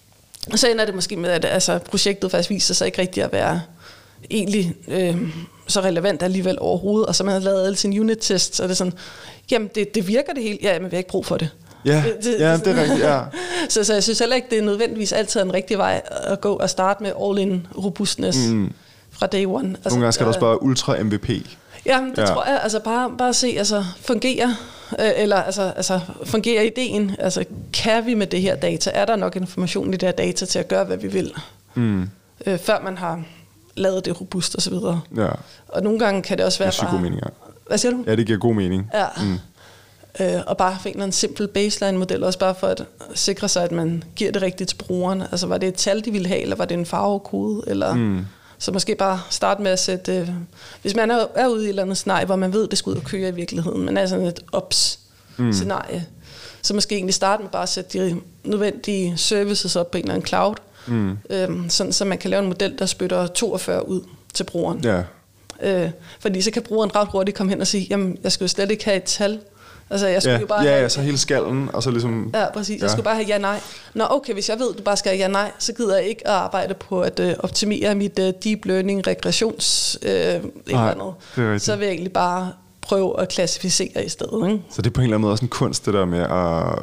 så ender det måske med, at altså, projektet faktisk viser sig ikke rigtig at være egentlig øh, så relevant alligevel overhovedet, og så man har lavet alle sine unit-tests, og det er sådan, jamen det, det virker det hele, ja, men vi har ikke brug for det. Ja, det, det, ja, det er rigtigt, ja. så, så jeg synes heller ikke, det er nødvendigvis altid en rigtig vej at gå og starte med all-in robustness mm. fra day one. Altså, nogle gange skal der også bare ultra M V P. Ja, det ja. tror jeg, altså bare, bare se, altså fungerer, øh, eller altså, altså fungerer ideen, altså kan vi med det her data, er der nok information i det her data til at gøre, hvad vi vil, mm. øh, før man har lavet det robust og så videre. Ja. Og nogle gange kan det også være det bare... god mening, ja. Hvad siger du? Ja, det giver god mening. Ja. Mm. Øh, og bare finde en simpel baseline-model, også bare for at sikre sig, at man giver det rigtigt til brugeren. Altså, var det et tal, de ville have, eller var det en farvekode? Eller... Mm. Så måske bare starte med at sætte... Øh, hvis man er, er ude i et eller andet scenarie, hvor man ved, det skal ud og køre i virkeligheden, men er sådan et ops-scenarie, mm. så måske egentlig starte med bare at sætte de nødvendige services op på en eller anden cloud, Mm. Øhm, sådan, så man kan lave en model, der spytter toogfyrre ud til brugeren. Ja. Øh, fordi så kan brugeren ret hurtigt komme hen og sige, jamen, jeg skulle jo slet ikke have et tal. Altså, jeg skulle ja. jo bare ja, have... ja, så hele skallen, og så ligesom... Ja, præcis. Ja. Jeg skulle bare have ja-nej. Nå, okay, hvis jeg ved, du bare skal have ja-nej, så gider jeg ikke at arbejde på at øh, optimere mit øh, deep learning regressions øh, et eller andet. Så vil jeg egentlig bare prøve at klassificere i stedet. Ikke? Så det er på en eller anden måde også en kunst, det der med at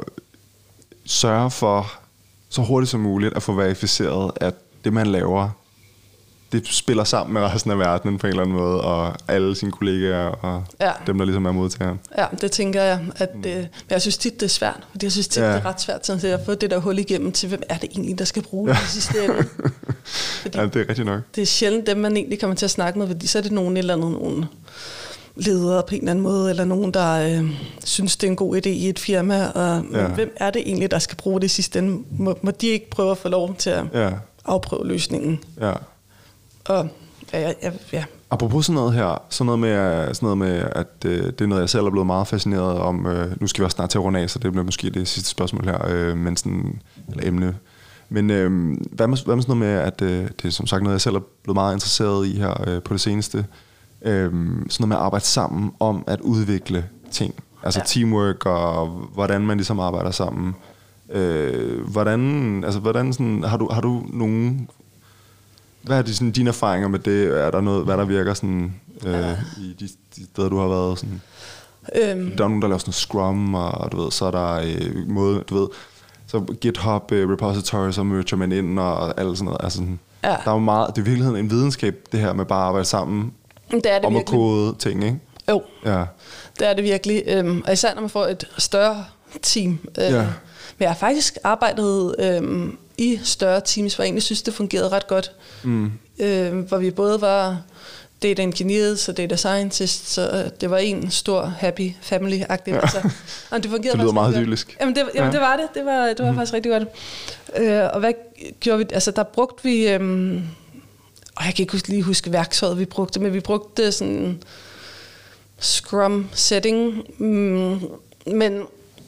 sørge for så hurtigt som muligt at få verificeret, at det, man laver, det spiller sammen med resten af verdenen på en eller anden måde, og alle sine kollegaer, og ja. dem, der ligesom er modtagere. Ja, det tænker jeg. At det, men jeg synes tit, det er svært. Fordi jeg synes tit, ja. det er ret svært sådan, at få det der hul igennem til, hvem er det egentlig, der skal bruge ja. det system. Ja, det er rigtigt nok. Det er sjældent dem, man egentlig kommer til at snakke med, fordi så er det nogen eller andet, nogen ledere på en eller anden måde, eller nogen, der øh, synes, det er en god idé i et firma, og ja. hvem er det egentlig, der skal bruge det sidste ende? Må, må de ikke prøve at få lov til at ja. afprøve løsningen? Ja. Og ja, jeg, jeg, Apropos sådan noget her, sådan noget med, sådan noget med at øh, det er noget, jeg selv er blevet meget fascineret om. Øh, nu skal vi også snart til at runde af, så det bliver måske det sidste spørgsmål her, øh, men sådan, eller emne. Men øh, hvad, med, hvad med sådan noget med, at øh, det er som sagt noget, jeg selv er blevet meget interesseret i her øh, på det seneste. Øh, sådan noget med at arbejde sammen om at udvikle ting. Altså ja. Teamwork og hvordan man ligesom arbejder sammen. Øh, hvordan, altså hvordan sådan, har du, har du nogen... Hvad er det, sådan, dine erfaringer med det? Er der noget, hvad der virker sådan, øh, ja. i de, de steder, du har været? Sådan? Øhm. Der er nogen, der laver sådan Scrum, og du ved, så er der øh, måde, du ved, så GitHub øh, repository, så merger man ind og alt sådan noget. Altså, sådan, ja. Der er jo meget, det er i virkeligheden en videnskab, det her med bare at arbejde sammen det er det om virkelig. at kode ting, ikke? Jo, ja. Det er det virkelig. Øhm, og især når man får et større team. Øh, ja. Men jeg har faktisk arbejdet... Øh, i større teams, hvor jeg egentlig synes, det fungerede ret godt. Mm. Øh, hvor vi både var data engineers og data scientists, så det var en stor happy family-agtig. Ja. Altså, og det fungerede det lyder meget idyllisk. Jamen, det, jamen ja. det var det. Det var, det var mm. faktisk rigtig godt. Øh, og hvad gjorde vi? Altså, der brugte vi... Øhm, og jeg kan ikke lige huske værktøjet, vi brugte, men vi brugte sådan Scrum setting. Mm, men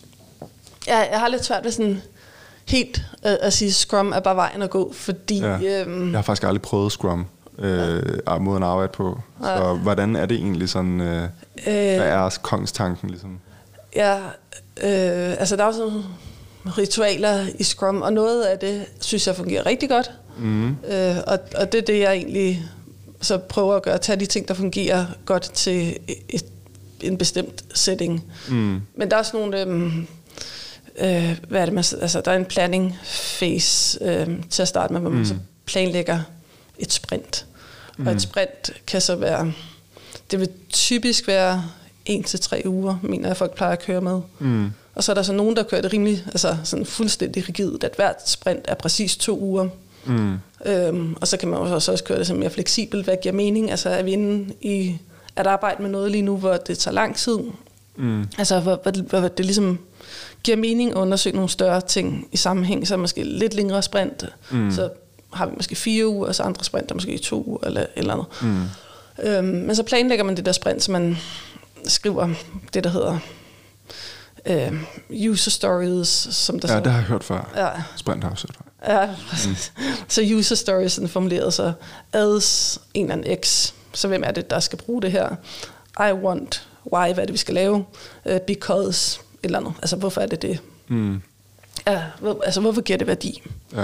jeg, jeg har lidt svært ved sådan... helt øh, at sige, Scrum er bare vejen at gå, fordi... Ja. Øhm, jeg har faktisk aldrig prøvet Scrum, øh, ja. måden at arbejde på. Så ja. Hvordan er det egentlig sådan... Øh, øh, hvad er kongstanken ligesom? Ja, øh, altså der er jo sådan ritualer i Scrum, og noget af det, synes jeg fungerer rigtig godt. Mm. Øh, og, og det er det, jeg egentlig så prøver at gøre. Tage de ting, der fungerer godt til et, en bestemt setting. Mm. Men der er også nogle... Øh, Øh, hvad er det, man, altså, der er en planning phase øh, til at starte med, hvor man mm. så planlægger et sprint. Mm. Og et sprint kan så være, det vil typisk være en til tre uger, mener jeg, folk plejer at køre med. Mm. Og så er der så nogen, der kører det rimelig, altså sådan fuldstændig rigidt, at hvert sprint er præcis to uger. Mm. Øhm, og så kan man også, også køre det som mere fleksibelt, hvad giver mening. Altså er vi inde i at arbejde med noget lige nu, hvor det tager lang tid. Mm. Altså hvor, hvor, hvor det ligesom giver mening at undersøge nogle større ting i sammenhæng, så måske lidt længere sprint, mm. så har vi måske fire uger, og så andre sprint, der måske to uger, eller eller andet. Mm. Øhm, men så planlægger man det der sprint, så man skriver det, der hedder øh, user stories, som der ja, så... det har jeg hørt før. Ja. Sprint har jeg hørt før. Ja, mm. Så user stories er formuleret så as en eller anden x, så hvem er det, der skal bruge det her? I want, why, hvad er det, vi skal lave? Uh, because... eller andet. Altså, hvorfor er det det? Mm. Ja, hvor, altså, hvorfor giver det værdi? Ja.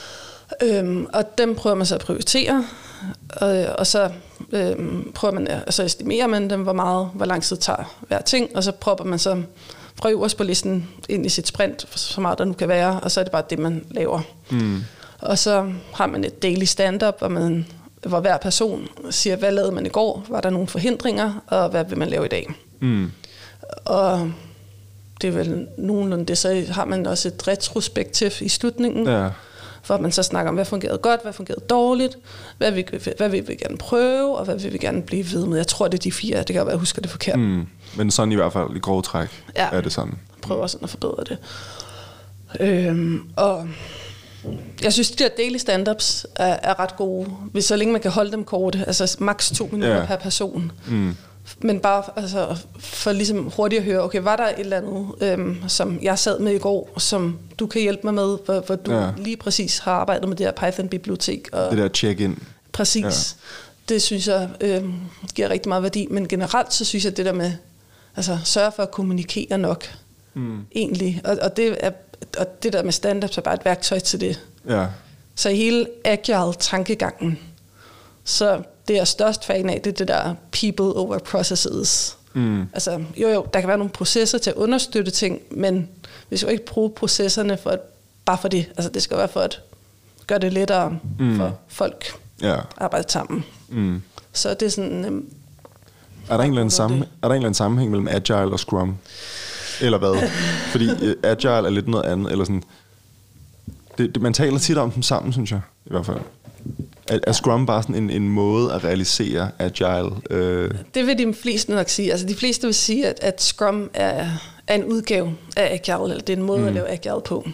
Øhm, og dem prøver man så at prioritere, og, og så øhm, prøver man, altså estimerer man dem, hvor meget, hvor lang tid tager hver ting, og så prøver man så fra øverst på listen ind i sit sprint, så meget der nu kan være, og så er det bare det, man laver. Mm. Og så har man et daily stand-up, hvor, man, hvor hver person siger, hvad lavede man i går? Var der nogle forhindringer? Og hvad vil man lave i dag? Mm. Og det er vel nogenlunde det, så har man også et retrospektiv i slutningen, ja. Hvor man så snakker om, hvad fungerede godt, hvad fungerede dårligt, hvad vil, hvad vil vi gerne prøve, og hvad vil vi gerne blive ved med. Jeg tror, det er de fire, det kan være, jeg husker det forkert. Mm. Men sådan i hvert fald i grove træk ja. Er det sådan. Prøver sådan at forbedre det. Øhm, og jeg synes, de der daily stand-ups er, er ret gode, hvis så længe man kan holde dem korte, altså maks to minutter ja. Per person. Mm. Men bare altså, for ligesom hurtigt at høre, okay, var der et eller andet, øhm, som jeg sad med i går, som du kan hjælpe mig med, hvor, hvor du ja. Lige præcis har arbejdet med det her Python-bibliotek. Og det der check-in. Præcis. Ja. Det synes jeg øhm, giver rigtig meget værdi. Men generelt så synes jeg, det der med, altså sørge for at kommunikere nok, mm. egentlig. Og, og, det er, og det der med stand-up er bare et værktøj til det. Ja. Så i hele agile-tankegangen, så det er størst fan af, det er det der people over processes. Mm. Altså, jo jo, der kan være nogle processer til at understøtte ting, men vi skal jo ikke bruge processerne for at, bare for det. Altså, det skal være for at gøre det lettere mm. for folk at yeah. arbejde sammen. Mm. Så det er sådan... Øhm, er, der en eller anden sammen, er der en eller anden sammenhæng mellem agile og scrum? Eller hvad? Fordi uh, agile er lidt noget andet, eller sådan... Det, det, man taler tit om dem sammen, synes jeg, i hvert fald. Er, er Scrum bare sådan en, en måde at realisere agile? Øh? Det vil de fleste nok sige. Altså de fleste vil sige, at, at Scrum er, er en udgave af agile, eller det er en måde mm. at lave agile på.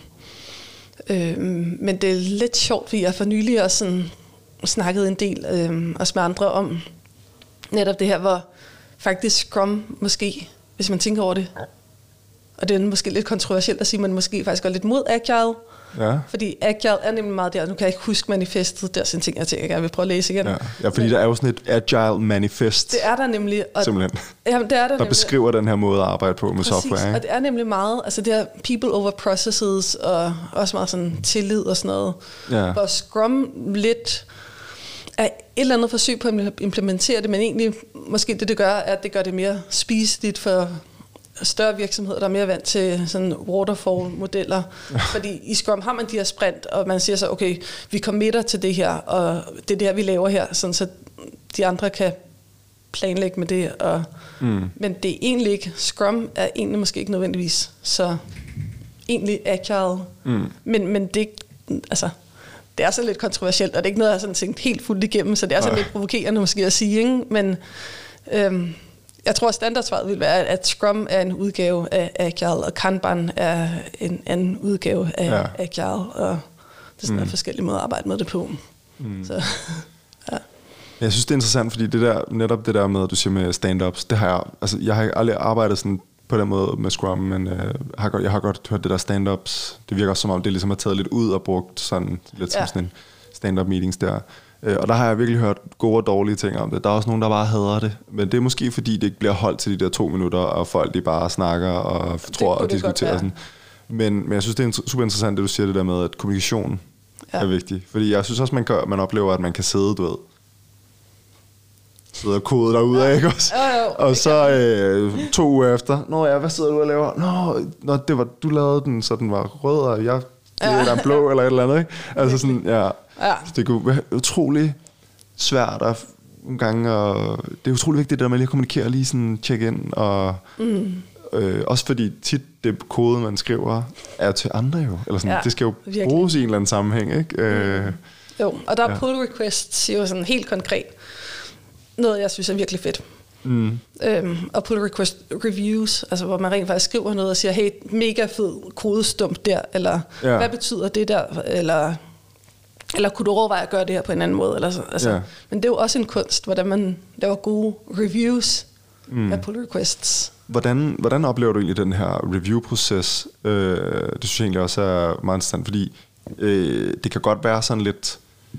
Øhm, men det er lidt sjovt, fordi jeg for nylig også sådan snakket en del, øhm, også med andre om, netop det her, hvor faktisk Scrum måske, hvis man tænker over det, og det er måske lidt kontroversielt at sige, men måske faktisk går lidt mod Agile. Ja. Fordi Agile er nemlig meget der. Nu kan jeg ikke huske manifestet. Der er sådan en ting, jeg tænker, jeg vil prøve at læse igen. Ja, ja fordi men, der er jo sådan et Agile manifest. Det er der nemlig. Og, simpelthen. Jamen, det er der, der nemlig, beskriver den her måde at arbejde på med præcis, software. Ikke? Og det er nemlig meget, altså det er people over processes, og også meget sådan tillid og sådan noget. Ja. Hvor Scrum lidt er et eller andet forsøg på at implementere det, men egentlig måske det, det gør, er, at det gør det mere spiseligt for større virksomheder, der er mere vant til sådan waterfall-modeller. Ja. Fordi i Scrum har man de her sprint, og man siger så, okay, vi committer til det her, og det er det her, vi laver her, sådan så de andre kan planlægge med det. Og, mm. Men det er egentlig ikke, Scrum er egentlig måske ikke nødvendigvis så egentlig agile. Mm. Men, men det, altså, det er så lidt kontroversielt, og det er ikke noget, jeg har sådan tænkt helt fuldt igennem, så det er så lidt provokerende måske at sige, ikke? Men øhm, jeg tror, at standardsvaret vil være, at Scrum er en udgave af Agile, og Kanban er en anden udgave af ja. Agile, og det er sådan mm. en forskellige måder at arbejde med det på. Mm. Så, ja. Jeg synes, det er interessant, fordi det der, netop det der med, at du siger med stand-ups, det har jeg, altså jeg har aldrig arbejdet sådan på den måde med Scrum, men øh, har godt, jeg har godt hørt det der stand-ups. Det virker også som om, det ligesom er taget lidt ud og brugt sådan lidt som ja. sådan en stand-up meetings der. Og der har jeg virkelig hørt gode og dårlige ting om det. Der er også nogen, der bare hader det. Men det er måske fordi, det ikke bliver holdt til de der to minutter, og folk de bare snakker og tror og diskuterer. Sådan. Men, men jeg synes, det er super interessant, det du siger det der med, at kommunikation ja. er vigtig. Fordi jeg synes også, man, kan, man oplever, at man kan sidde, du ved, sidde og kode derude af, ikke også? Jo, jo, og så øh, to uger efter, nå ja, hvad sidder du og laver? Nå, nå det var, du lavede den, så den var rød, og jeg det er der blå eller et eller andet, ikke? Altså sådan, ja. Ja. Det kunne være utrolig svært at nogle gange, og det er utrolig vigtigt, det der med lige at kommunikere, lige sådan check ind, og mm. øh, også fordi tit det kode, man skriver, er til andre jo, eller sådan, ja, det skal jo virkelig bruges i en eller anden sammenhæng, ikke? Mm. Øh, jo, og der er ja. pull requests jo sådan helt konkret, noget jeg synes er virkelig fedt. Mm. Øhm, og pull request reviews, altså hvor man rent faktisk skriver noget og siger, hey, mega fed kodestump der, eller ja. hvad betyder det der, eller eller kunne du overveje at gøre det her på en anden måde, eller så, altså. Ja. Men det er jo også en kunst, hvordan man laver gode reviews mm. af pull requests. Hvordan, hvordan oplever du egentlig den her review-proces? Øh, det synes jeg egentlig også er meget interessant, fordi øh, det kan godt være sådan lidt.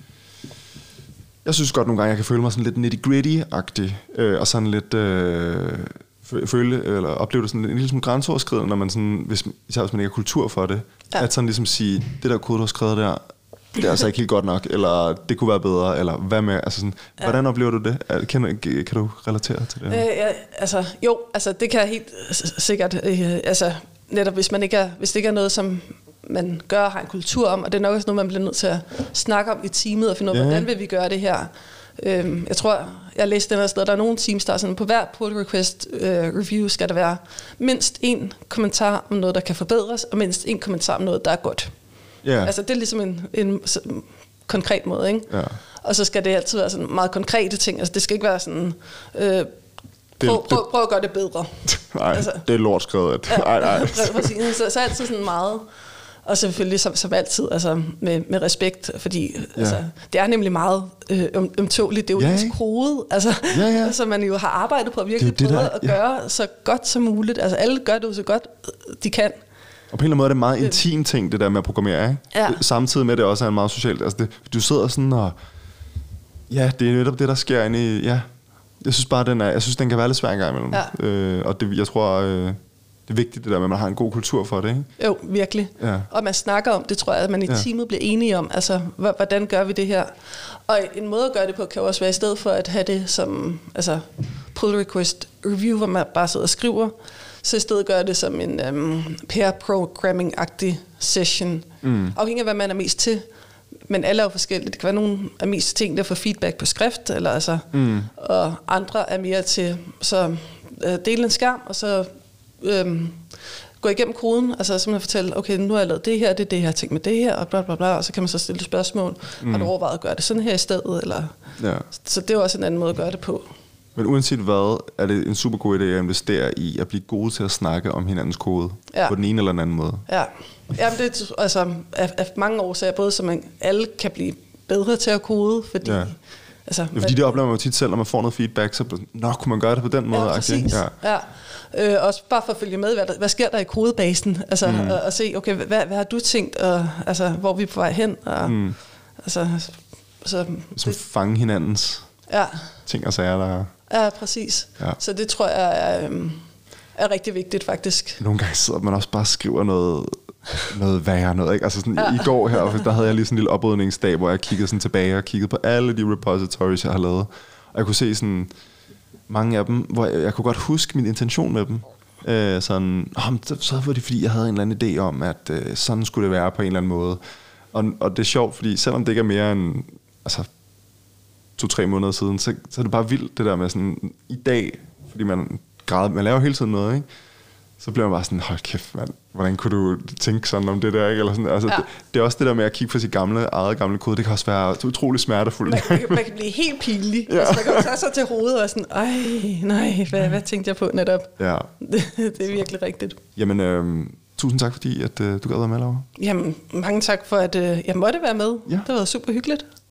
Jeg synes godt nogle gange, jeg kan føle mig sådan lidt nitty-gritty-agtig, øh, og sådan lidt øh, føle, eller opleve det sådan en lille smule grænseoverskridende, når man sådan, hvis, især hvis man ikke har kultur for det, ja. at sådan ligesom sige, det der kode, du har skrevet der, det er altså ikke helt godt nok, eller det kunne være bedre, eller hvad med, altså sådan, ja. hvordan oplever du det? Kan, kan du relatere til det? Øh, ja, altså, jo, altså det kan jeg helt sikkert, øh, altså netop hvis man ikke er, hvis det ikke er noget, som man gør og har en kultur om, og det er nok også noget, man bliver nødt til at snakke om i teamet, og finde ud af, ja. hvordan vil vi gøre det her. Øhm, jeg tror, jeg læste den her sted, der er nogle teams, der er sådan, på hver pull request øh, review skal der være mindst en kommentar om noget, der kan forbedres, og mindst en kommentar om noget, der er godt. Yeah. Altså det er ligesom en, en sådan, konkret måde, ikke? Yeah. Og så skal det altid være sådan meget konkrete ting. Altså det skal ikke være sådan øh, prøv, prøv, prøv at gøre det bedre. Nej, altså, det er lort skrevet. Ja, nej, nej. så, så altid sådan meget. Og selvfølgelig som, som altid altså med, med respekt, fordi yeah. altså, det er nemlig meget øh, ømtåligt. Det er jo yeah. ens kode, altså, yeah, yeah. altså man jo har arbejdet på at virkelig prøve at gøre yeah. så godt som muligt. Altså alle gør det jo så godt de kan. Og på en eller anden måde er det meget intim ting, det der med at programmere, ikke? Ja. Samtidig med det også er en meget socialt. Altså det, du sidder sådan og, ja, det er netop det, der sker inde i, ja. Jeg synes bare, den er, jeg synes, den kan være lidt svær en gang imellem. Ja. Øh, og det, jeg tror, øh, det er vigtigt, det der med, at man har en god kultur for det, ikke? Jo, virkelig. Ja. Og man snakker om det, tror jeg, at man i teamet ja. bliver enige om, altså, hvordan gør vi det her? Og en måde at gøre det på, kan også være i stedet for at have det som, altså, pull request review, hvor man bare sidder og skriver, så i stedet gør det som en um, pair programming-agtig session. Mm. Afhængig af, hvad man er mest til. Men alle er jo forskellige. Det kan være, nogen er mest ting, der får feedback på skrift, eller altså, mm. og andre er mere til så uh, dele en skærm, og så um, gå igennem koden, altså simpelthen fortælle, okay, nu har jeg lavet det her, det er det her ting med det her, og bla bla bla, og så kan man så stille spørgsmål. Mm. Har du overvejet at gøre det sådan her i stedet? Eller? Ja. Så det er jo også en anden måde at gøre det på. Men uanset hvad, er det en super god idé at investere i at blive gode til at snakke om hinandens kode ja. på den ene eller den anden måde. Ja, Jamen, det er altså af, af mange årsager, både så man alle kan blive bedre til at kode, fordi ja. Altså, ja, fordi det oplever man jo tit selv, når man får noget feedback, så nå, kunne man gøre det på den måde? Ja, præcis. Ja. Ja. Øh, også bare for at følge med, hvad, der, hvad sker der i kodebasen, altså, mm. og, og se, okay, hvad, hvad har du tænkt, og, altså, hvor vi er på vej hen, og, mm. altså, så, som fange hinandens ja. ting og sager, der... Ja, præcis. Ja. Så det tror jeg er, øhm, er rigtig vigtigt, faktisk. Nogle gange sidder man også bare og skriver noget, noget værre noget, ikke? Altså sådan, ja. I går her, der havde jeg lige sådan en lille oprydningsdag, hvor jeg kiggede sådan tilbage og kiggede på alle de repositories, jeg har lavet. Og jeg kunne se sådan mange af dem, hvor jeg, jeg kunne godt huske min intention med dem. Øh, sådan, oh, så var det fordi, jeg havde en eller anden idé om, at øh, sådan skulle det være på en eller anden måde. Og, og det er sjovt, fordi selvom det ikke er mere end altså, to-tre måneder siden, så, så er det bare vildt det der med sådan, i dag, fordi man, græd, man laver hele tiden noget, ikke? Så bliver man bare sådan, hold kæft, mand, hvordan kunne du tænke sådan om det der, ikke? Eller sådan, altså, ja. det, det er også det der med at kigge på sit gamle, eget gamle kode, det kan også være utroligt smertefuldt. Man, man, man kan blive helt pinlig, ja. Altså, man kan tage sig til hovedet og sådan, ej, nej, hvad, hvad tænkte jeg på netop? Ja. Det, det er virkelig rigtigt. Jamen, øh, tusind tak, fordi at, øh, du gad være med, Laura. Jamen, mange tak for, at øh, jeg måtte være med. Ja. Det har været super hyggeligt.